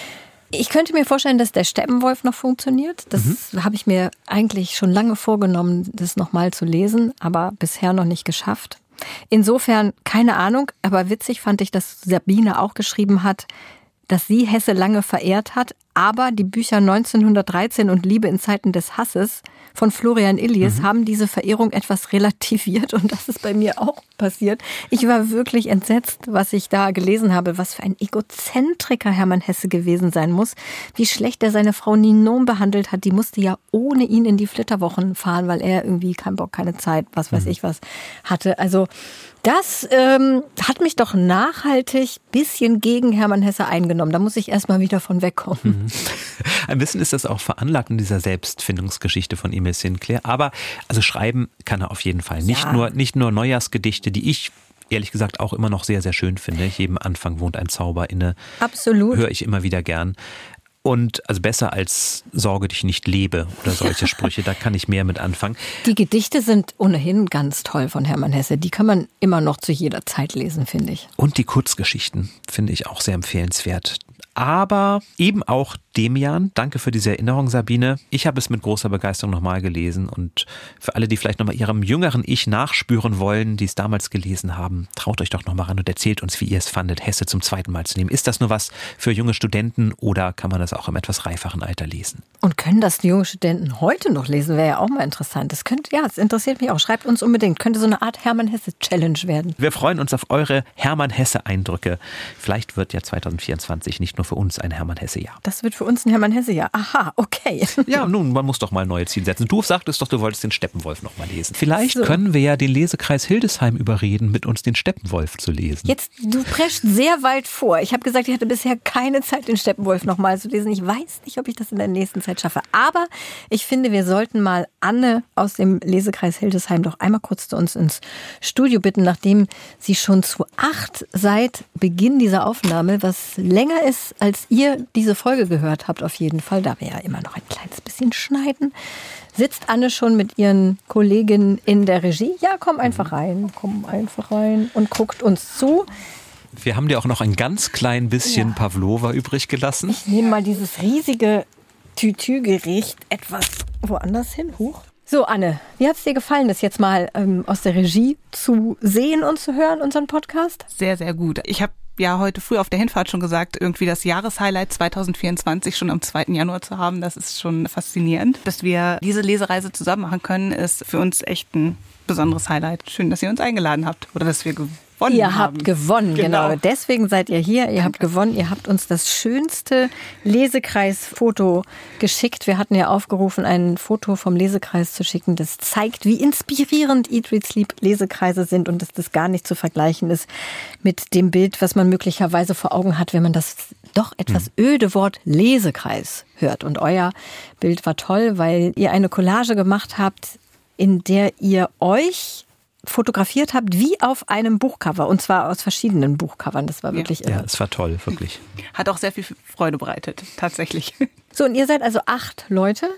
Ich könnte mir vorstellen, dass der Steppenwolf noch funktioniert. Das mhm. habe ich mir eigentlich schon lange vorgenommen, das nochmal zu lesen, aber bisher noch nicht geschafft. Insofern, keine Ahnung, aber witzig fand ich, dass Sabine auch geschrieben hat, dass sie Hesse lange verehrt hat, aber die Bücher neunzehnhundertdreizehn und Liebe in Zeiten des Hasses von Florian Illies mhm. haben diese Verehrung etwas relativiert und das ist bei mir auch passiert. Ich war wirklich entsetzt, was ich da gelesen habe, was für ein Egozentriker Hermann Hesse gewesen sein muss, wie schlecht er seine Frau Ninon behandelt hat. Die musste ja ohne ihn in die Flitterwochen fahren, weil er irgendwie keinen Bock, keine Zeit, was weiß mhm. ich was hatte. Also das ähm, hat mich doch nachhaltig ein bisschen gegen Hermann Hesse eingenommen. Da muss ich erstmal wieder von wegkommen. Mhm. Ein bisschen ist das auch veranlagt in dieser Selbstfindungsgeschichte von Emil Sinclair. Aber also schreiben kann er auf jeden Fall. Nicht ja. nur, nicht nur Neujahrsgedichte, die ich ehrlich gesagt auch immer noch sehr, sehr schön finde. Jedem Anfang wohnt ein Zauber inne. Absolut. Höre ich immer wieder gern. Und also besser als Sorge dich nicht lebe oder solche Sprüche, da kann ich mehr mit anfangen. Die Gedichte sind ohnehin ganz toll von Hermann Hesse. Die kann man immer noch zu jeder Zeit lesen, finde ich. Und die Kurzgeschichten finde ich auch sehr empfehlenswert. Aber eben auch Demian. Danke für diese Erinnerung, Sabine. Ich habe es mit großer Begeisterung nochmal gelesen. Und für alle, die vielleicht nochmal ihrem jüngeren Ich nachspüren wollen, die es damals gelesen haben, traut euch doch nochmal ran und erzählt uns, wie ihr es fandet, Hesse zum zweiten Mal zu nehmen. Ist das nur was für junge Studenten oder kann man das auch im etwas reiferen Alter lesen? Und können das die junge Studenten heute noch lesen? Wäre ja auch mal interessant. Das könnte, ja, das interessiert mich auch. Schreibt uns unbedingt. Könnte so eine Art Hermann Hesse-Challenge werden. Wir freuen uns auf eure Hermann Hesse-Eindrücke. Vielleicht wird ja zwanzig vierundzwanzig nicht nur für uns ein Hermann Hesse-Jahr. Das wird für uns ein Hermann Hesse-Jahr. Aha, okay. Ja, nun, man muss doch mal neue Ziele setzen. Du sagtest doch, du wolltest den Steppenwolf noch mal lesen. Vielleicht so. Können wir ja den Lesekreis Hildesheim überreden, mit uns den Steppenwolf zu lesen. Jetzt, du preschst sehr weit vor. Ich habe gesagt, ich hatte bisher keine Zeit, den Steppenwolf noch mal zu lesen. Ich weiß nicht, ob ich das in der nächsten Zeit schaffe. Aber ich finde, wir sollten mal Anne aus dem Lesekreis Hildesheim doch einmal kurz zu uns ins Studio bitten, nachdem sie schon zu acht seit Beginn dieser Aufnahme, was länger ist, als ihr diese Folge gehört habt, auf jeden Fall, da wir ja immer noch ein kleines bisschen schneiden, sitzt Anne schon mit ihren Kolleginnen in der Regie. Ja, komm einfach rein, komm einfach rein und guckt uns zu. Wir haben dir auch noch ein ganz klein bisschen ja. Pavlova übrig gelassen. Ich nehme mal dieses riesige Tütü-Gericht etwas woanders hin. Huch. So, Anne, wie hat es dir gefallen, das jetzt mal ähm, aus der Regie zu sehen und zu hören, unseren Podcast? Sehr, sehr gut. Ich habe ja heute früh auf der Hinfahrt schon gesagt, irgendwie das Jahreshighlight zwanzig vierundzwanzig schon am zweiten Januar zu haben, das ist schon faszinierend. Dass wir diese Lesereise zusammen machen können, ist für uns echt ein besonderes Highlight. Schön, dass ihr uns eingeladen habt oder dass wir gewonnen haben. Ihr habt gewonnen, genau. genau. Deswegen seid ihr hier. Ihr Danke. habt gewonnen. Ihr habt uns das schönste Lesekreis-Foto geschickt. Wir hatten ja aufgerufen, ein Foto vom Lesekreis zu schicken. Das zeigt, wie inspirierend Eat, Read, Sleep Lesekreise sind und dass das gar nicht zu vergleichen ist mit dem Bild, was man möglicherweise vor Augen hat, wenn man das doch etwas hm. öde Wort Lesekreis hört. Und euer Bild war toll, weil ihr eine Collage gemacht habt, in der ihr euch fotografiert habt wie auf einem Buchcover und zwar aus verschiedenen Buchcovern. Das war wirklich ja. irre. Ja, es war toll, wirklich. Hat auch sehr viel Freude bereitet, tatsächlich. So, und ihr seid also acht Leute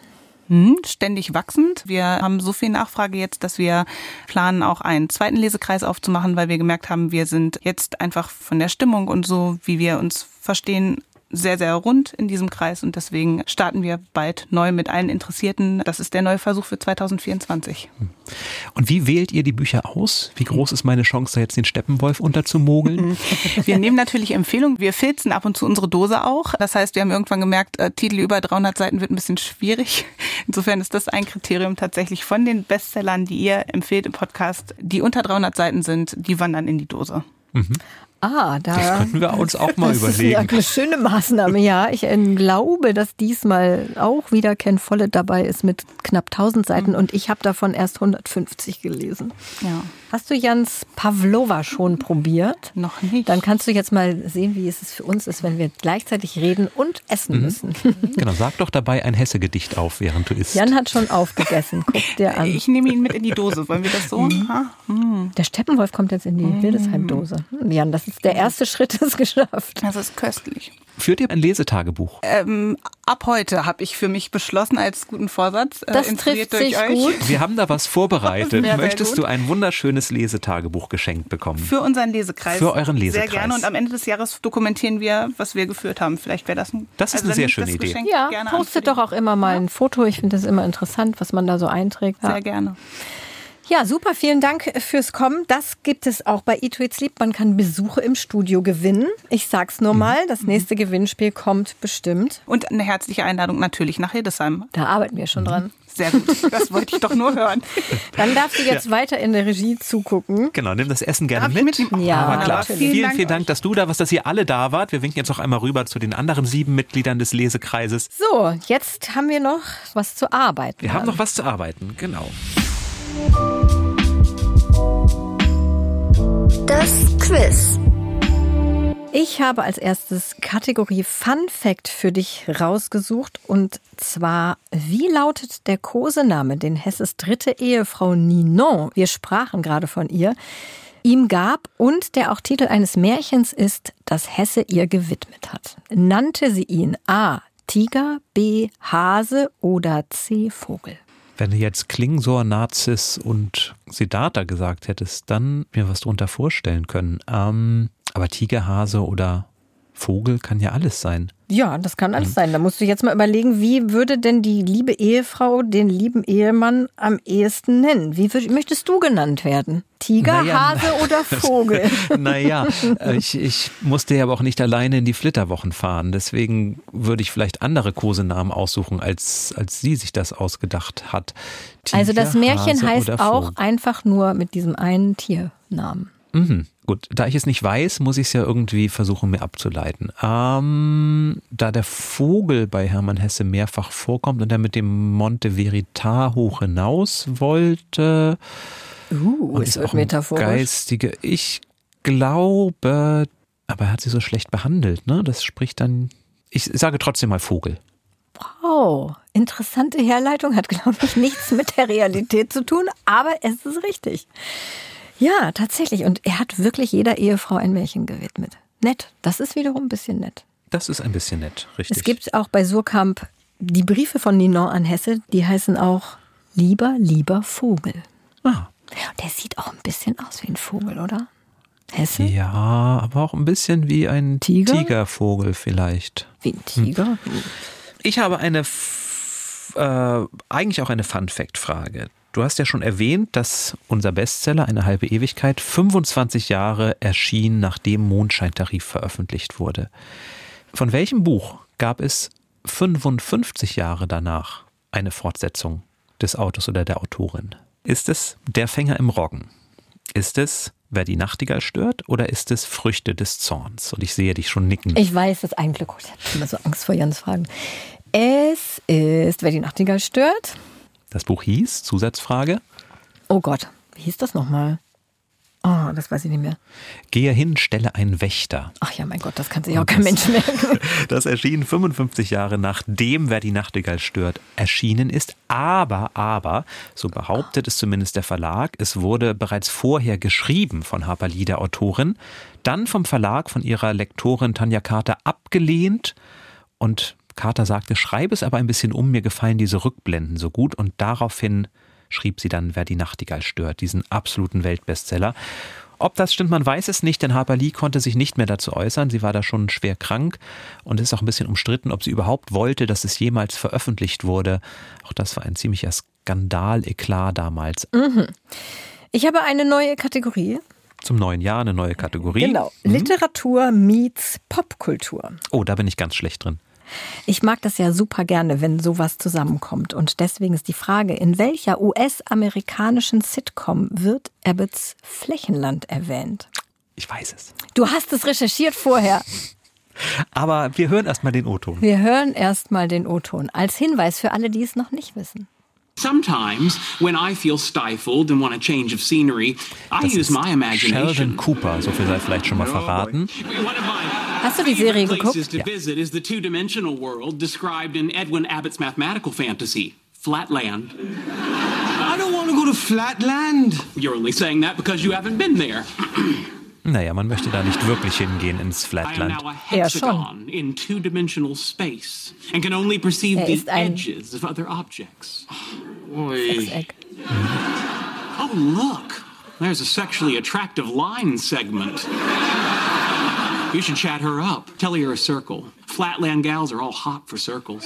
Hm, ständig wachsend. Wir haben so viel Nachfrage jetzt, dass wir planen, auch einen zweiten Lesekreis aufzumachen, weil wir gemerkt haben, wir sind jetzt einfach von der Stimmung und so, wie wir uns verstehen, sehr, sehr rund in diesem Kreis und deswegen starten wir bald neu mit allen Interessierten. Das ist der neue Versuch für zwanzig vierundzwanzig. Und wie wählt ihr die Bücher aus? Wie groß ist meine Chance, da jetzt den Steppenwolf unterzumogeln? Wir nehmen natürlich Empfehlungen. Wir filzen ab und zu unsere Dose auch. Das heißt, wir haben irgendwann gemerkt, äh, Titel über dreihundert Seiten wird ein bisschen schwierig. Insofern ist das ein Kriterium tatsächlich von den Bestsellern, die ihr empfehlt im Podcast, die unter dreihundert Seiten sind, die wandern in die Dose. Mhm. Ah, da, das könnten wir uns auch mal das überlegen. Das ist eine schöne Maßnahme, ja. Ich äh, glaube, dass diesmal auch wieder Ken Follett dabei ist mit knapp tausend Seiten und ich habe davon erst hundertfünfzig gelesen. Ja. Hast du Jans Pavlova schon probiert? Noch nicht. Dann kannst du jetzt mal sehen, wie es für uns ist, wenn wir gleichzeitig reden und essen mhm. müssen. Genau, sag doch dabei ein Hesse-Gedicht auf, während du isst. Jan hat schon aufgegessen, guck dir an. Ich nehme ihn mit in die Dose, wollen wir das so? Mhm. Mhm. Der Steppenwolf kommt jetzt in die mhm. Hildesheim-Dose. Jan, das ist der erste Schritt, ist geschafft. Das ist köstlich. Führt ihr ein Lesetagebuch? Ähm, ab heute habe ich für mich beschlossen als guten Vorsatz. Äh, das trifft sich euch. Gut. Wir haben da was vorbereitet. Ja, möchtest du ein wunderschönes Lesetagebuch geschenkt bekommen? Für unseren Lesekreis. Für euren Lesekreis. Sehr gerne und am Ende des Jahres dokumentieren wir, was wir geführt haben. Vielleicht wäre das ein Das ist also eine sehr schöne Idee. Geschenk ja, postet doch auch immer mal ein Foto. Ich finde das immer interessant, was man da so einträgt. Sehr ja. gerne. Ja, super, vielen Dank fürs Kommen. Das gibt es auch bei Eat, Read, Sleep. Man kann Besuche im Studio gewinnen. Ich sag's nur mal, das nächste Gewinnspiel kommt bestimmt. Und eine herzliche Einladung natürlich nach Hildesheim. Da arbeiten wir schon dran. Sehr gut, das wollte ich doch nur hören. Dann darfst du jetzt ja. weiter in der Regie zugucken. Genau, nimm das Essen gerne Darf mit. mit ja, aber klar. Vielen, vielen, Dank vielen Dank, euch. dass du da warst, dass ihr alle da wart. Wir winken jetzt noch einmal rüber zu den anderen sieben Mitgliedern des Lesekreises. So, jetzt haben wir noch was zu arbeiten. Wir haben noch was zu arbeiten, genau. Das Quiz. Ich habe als erstes Kategorie Fun Fact für dich rausgesucht und zwar, wie lautet der Kosename, den Hesses dritte Ehefrau Ninon, wir sprachen gerade von ihr, ihm gab und der auch Titel eines Märchens ist, das Hesse ihr gewidmet hat. Nannte sie ihn A. Tiger, B. Hase oder C. Vogel? Wenn du jetzt Klingsor, Narziss und Siddhartha gesagt hättest, dann mir was drunter vorstellen können. Ähm, aber Tiger, Hase oder Vogel kann ja alles sein. Ja, das kann alles sein. Da musst du jetzt mal überlegen, wie würde denn die liebe Ehefrau den lieben Ehemann am ehesten nennen? Wie würd, möchtest du genannt werden? Tiger, naja, Hase oder Vogel? Naja, ich, ich musste ja aber auch nicht alleine in die Flitterwochen fahren. Deswegen würde ich vielleicht andere Kosenamen aussuchen, als, als sie sich das ausgedacht hat. Tiger, also das Märchen Hase heißt auch einfach nur mit diesem einen Tiernamen. Mhm. Gut, da ich es nicht weiß, muss ich es ja irgendwie versuchen, mir abzuleiten. Ähm, da der Vogel bei Hermann Hesse mehrfach vorkommt und er mit dem Monte Verita hoch hinaus wollte, uh, und ist auch ein geistige, ich glaube, aber er hat sie so schlecht behandelt, ne? Das spricht dann, ich sage trotzdem mal Vogel. Wow, interessante Herleitung, hat glaube ich nichts mit der Realität zu tun, aber es ist richtig. Ja, tatsächlich. Und er hat wirklich jeder Ehefrau ein Märchen gewidmet. Nett. Das ist wiederum ein bisschen nett. Das ist ein bisschen nett, richtig. Es gibt auch bei Surkamp die Briefe von Ninon an Hesse, die heißen auch Lieber, lieber Vogel. Ah. Der sieht auch ein bisschen aus wie ein Vogel, oder? Hesse? Ja, aber auch ein bisschen wie ein Tiger? Tigervogel vielleicht. Wie ein Tiger? Hm. Ich habe eine, äh, eigentlich auch eine Fun-Fact-Frage. Du hast ja schon erwähnt, dass unser Bestseller Eine halbe Ewigkeit fünfundzwanzig Jahre erschien, nachdem Mondscheintarif veröffentlicht wurde. Von welchem Buch gab es fünfundfünfzig Jahre danach eine Fortsetzung des Autors oder der Autorin? Ist es Der Fänger im Roggen? Ist es Wer die Nachtigall stört? Oder ist es Früchte des Zorns? Und ich sehe dich schon nicken. Ich weiß es ein Glück. Ich habe immer so Angst vor Jans Fragen. Es ist Wer die Nachtigall stört. Das Buch hieß, Zusatzfrage. Oh Gott, wie hieß das nochmal? Oh, das weiß ich nicht mehr. Gehe hin, stelle einen Wächter. Ach ja, mein Gott, das kann sich auch kein Mensch merken. Das erschien fünfundfünfzig Jahre nachdem Wer die Nachtigall stört erschienen ist. Aber, aber, so behauptet es zumindest der Verlag, es wurde bereits vorher geschrieben von Harper Lee, der Autorin, dann vom Verlag von ihrer Lektorin Tanja Carter abgelehnt. Und Carter sagte, schreibe es aber ein bisschen um, mir gefallen diese Rückblenden so gut. Und daraufhin schrieb sie dann, wer die Nachtigall stört, diesen absoluten Weltbestseller. Ob das stimmt, man weiß es nicht, denn Harper Lee konnte sich nicht mehr dazu äußern. Sie war da schon schwer krank und es ist auch ein bisschen umstritten, ob sie überhaupt wollte, dass es jemals veröffentlicht wurde. Auch das war ein ziemlicher Skandal-Eklat damals. Mhm. Ich habe eine neue Kategorie. Zum neuen Jahr eine neue Kategorie. Genau, mhm. Literatur meets Popkultur. Oh, da bin ich ganz schlecht drin. Ich mag das ja super gerne, wenn sowas zusammenkommt. Und deswegen ist die Frage, in welcher U S-amerikanischen Sitcom wird Abbotts Flächenland erwähnt? Ich weiß es. Du hast es recherchiert vorher. Aber wir hören erstmal den O-Ton. Wir hören erstmal den O-Ton. Als Hinweis für alle, die es noch nicht wissen. Sometimes, when I feel stifled and want a change of scenery, I das use my imagination. Sheldon Cooper, so viel sei vielleicht schon mal verraten. Hast du die Serie geguckt? To visit is the two-dimensional world described in Edwin Abbott's mathematical fantasy, Flatland. I don't want to go to Flatland. You're only saying that because you haven't been there. Naja, man möchte da nicht wirklich hingehen ins Flatland. Ja, schon. In two-dimensional space and can only perceive er the edges of other objects. Sechseck. Oh, look. There's a sexually attractive line segment. You should chat her up. Tell her you're a circle. Flatland gals are all hot for circles.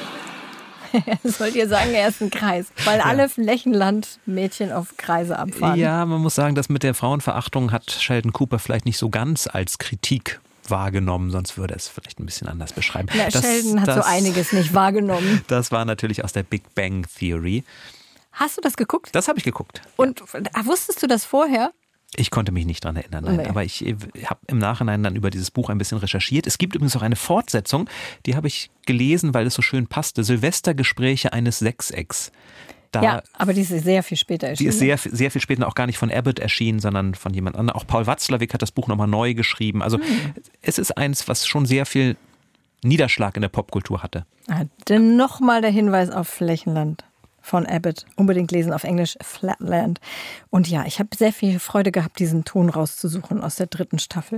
Sollt ihr sagen, er ist ein Kreis, weil ja. alle Flächenland-Mädchen auf Kreise abfahren. Ja, man muss sagen, das mit der Frauenverachtung hat Sheldon Cooper vielleicht nicht so ganz als Kritik wahrgenommen, sonst würde er es vielleicht ein bisschen anders beschreiben. Na, das, Sheldon hat das, so einiges nicht wahrgenommen. Das war natürlich aus der Big Bang Theory. Hast du das geguckt? Das habe ich geguckt. Und ja. wusstest du das vorher? Ich konnte mich nicht dran erinnern, nein. Nee. Aber ich habe im Nachhinein dann über dieses Buch ein bisschen recherchiert. Es gibt übrigens auch eine Fortsetzung, die habe ich gelesen, weil es so schön passte. Silvestergespräche eines Sechsecks. Da, ja, aber die ist sehr viel später erschienen. Die ist sehr, sehr viel später auch gar nicht von Abbott erschienen, sondern von jemand anderem. Auch Paul Watzlawick hat das Buch nochmal neu geschrieben. Also hm. es ist eins, was schon sehr viel Niederschlag in der Popkultur hatte. Ah, dann nochmal der Hinweis auf Flächenland von Abbott. Unbedingt lesen auf Englisch, Flatland. Und ja, ich habe sehr viel Freude gehabt, diesen Ton rauszusuchen aus der dritten Staffel.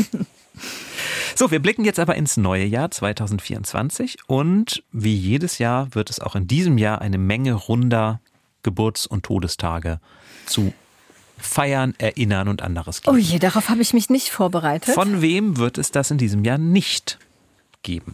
So, wir blicken jetzt aber ins neue Jahr zwanzig vierundzwanzig und wie jedes Jahr wird es auch in diesem Jahr eine Menge runder Geburts- und Todestage zu feiern, erinnern und anderes geben. Oh je, darauf habe ich mich nicht vorbereitet. Von wem wird es das in diesem Jahr nicht geben?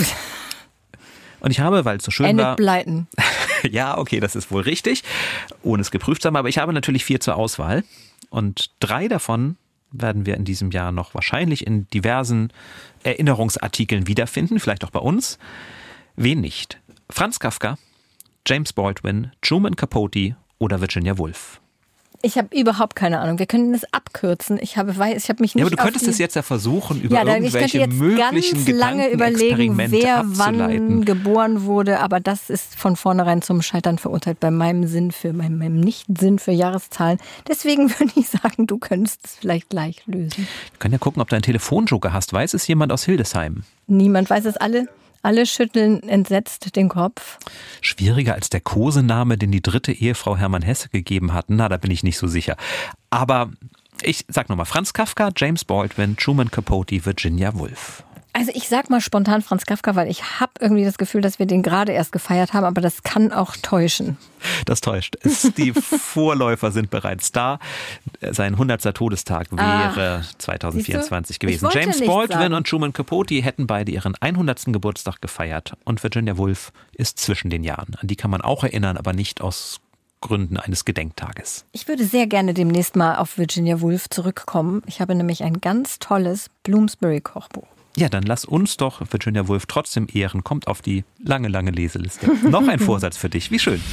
Und ich habe, weil es so schön Enid war... Blyton. Ja, okay, das ist wohl richtig, ohne es geprüft zu haben. Aber ich habe natürlich vier zur Auswahl. Und drei davon werden wir in diesem Jahr noch wahrscheinlich in diversen Erinnerungsartikeln wiederfinden, vielleicht auch bei uns. Wen nicht? Franz Kafka, James Baldwin, Truman Capote oder Virginia Woolf? Ich habe überhaupt keine Ahnung. Wir können das abkürzen. Ich habe, weiß, ich habe mich nicht. Ja, aber du könntest die... es jetzt ja versuchen, über ja, irgendwelche ich könnte jetzt möglichen ganz lange überlegen, wer abzuleiten. wann geboren wurde. Aber das ist von vornherein zum Scheitern verurteilt bei meinem Sinn für, meinem, meinem Nicht-Sinn für Jahreszahlen. Deswegen würde ich sagen, du könntest es vielleicht gleich lösen. Wir können ja gucken, ob du einen Telefonjoker hast. Weiß es jemand aus Hildesheim? Niemand weiß es. Alle. Alle schütteln entsetzt den Kopf. Schwieriger als der Kosename, den die dritte Ehefrau Hermann Hesse gegeben hat. Na, da bin ich nicht so sicher. Aber ich sag nochmal, Franz Kafka, James Baldwin, Truman Capote, Virginia Woolf. Also ich sag mal spontan Franz Kafka, weil ich habe irgendwie das Gefühl, dass wir den gerade erst gefeiert haben, aber das kann auch täuschen. Das täuscht. Es, die Vorläufer sind bereits da. Sein hundertster Todestag wäre Ach, zwanzig vierundzwanzig gewesen. James Baldwin sagen. und Truman Capote hätten beide ihren hundertsten Geburtstag gefeiert. Und Virginia Woolf ist zwischen den Jahren. An die kann man auch erinnern, aber nicht aus Gründen eines Gedenktages. Ich würde sehr gerne demnächst mal auf Virginia Woolf zurückkommen. Ich habe nämlich ein ganz tolles Bloomsbury-Kochbuch. Ja, dann lass uns doch Virginia Woolf trotzdem ehren. Kommt auf die lange, lange Leseliste. Noch ein Vorsatz für dich. Wie schön.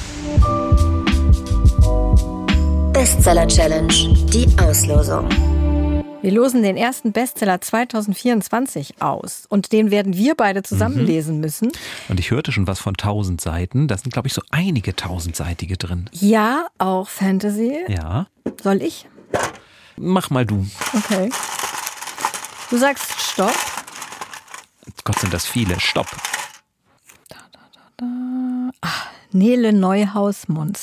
Bestseller Challenge, die Auslosung. Wir losen den ersten Bestseller zwanzig vierundzwanzig aus. Und den werden wir beide zusammen mhm. lesen müssen. Und ich hörte schon was von tausend Seiten. Da sind, glaube ich, so einige tausendseitige drin. Ja, auch Fantasy. Ja. Soll ich? Mach mal du. Okay. Du sagst Stopp. Gott, sind das viele. Stopp. Da, da, da, da. Ach, Nele Neuhaus Monster.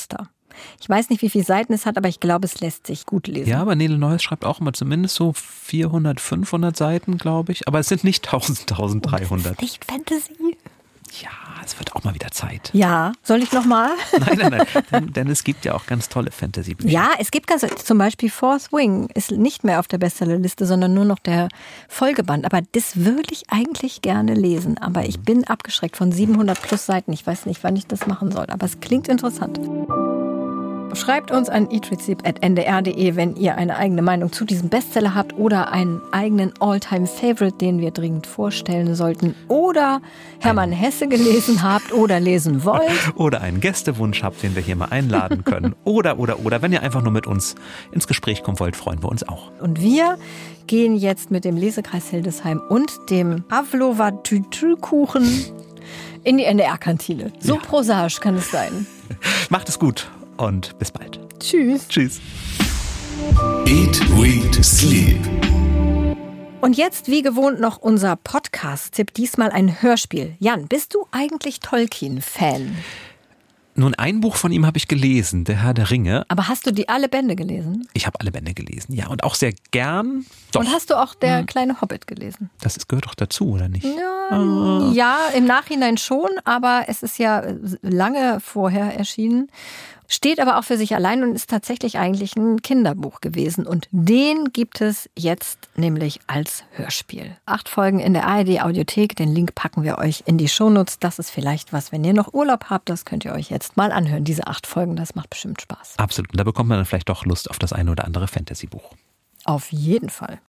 Ich weiß nicht, wie viele Seiten es hat, aber ich glaube, es lässt sich gut lesen. Ja, aber Nele Neues schreibt auch immer zumindest so vierhundert, fünfhundert Seiten, glaube ich. Aber es sind nicht tausend, dreizehnhundert. Das ist echt Fantasy. Ja, es wird auch mal wieder Zeit. Ja, soll ich nochmal? Nein, nein, nein, denn, denn es gibt ja auch ganz tolle Fantasy-Bücher. Ja, es gibt ganz, zum Beispiel Fourth Wing ist nicht mehr auf der Bestsellerliste, sondern nur noch der Folgeband. Aber das würde ich eigentlich gerne lesen. Aber ich bin abgeschreckt von siebenhundert plus Seiten. Ich weiß nicht, wann ich das machen soll, aber es klingt interessant. Schreibt uns an eat read sleep at n d r punkt d e, wenn ihr eine eigene Meinung zu diesem Bestseller habt oder einen eigenen All-Time-Favorite, den wir dringend vorstellen sollten, oder Hermann Hesse gelesen habt oder lesen wollt. Oder einen Gästewunsch habt, den wir hier mal einladen können. Oder, oder, oder, wenn ihr einfach nur mit uns ins Gespräch kommen wollt, freuen wir uns auch. Und wir gehen jetzt mit dem Lesekreis Hildesheim und dem Pavlova-Tütü-Kuchen in die N D R-Kantine. So ja. Prosaisch kann es sein. Macht es gut. Und bis bald. Tschüss. Tschüss. Eat, Read, Sleep. Und jetzt wie gewohnt noch unser Podcast-Tipp, diesmal ein Hörspiel. Jan, bist du eigentlich Tolkien-Fan? Nun, ein Buch von ihm habe ich gelesen, Der Herr der Ringe. Aber hast du die alle Bände gelesen? Ich habe alle Bände gelesen, ja. Und auch sehr gern. Doch. Und hast du auch Der hm. kleine Hobbit gelesen? Das ist, gehört doch dazu, oder nicht? Ja, ah. ja, im Nachhinein schon, aber es ist ja lange vorher erschienen. Steht aber auch für sich allein und ist tatsächlich eigentlich ein Kinderbuch gewesen. Und den gibt es jetzt nämlich als Hörspiel. Acht Folgen in der A R D-Audiothek. Den Link packen wir euch in die Shownotes. Das ist vielleicht was, wenn ihr noch Urlaub habt. Das könnt ihr euch jetzt mal anhören. Diese acht Folgen, das macht bestimmt Spaß. Absolut. Und da bekommt man dann vielleicht doch Lust auf das eine oder andere Fantasy-Buch. Auf jeden Fall.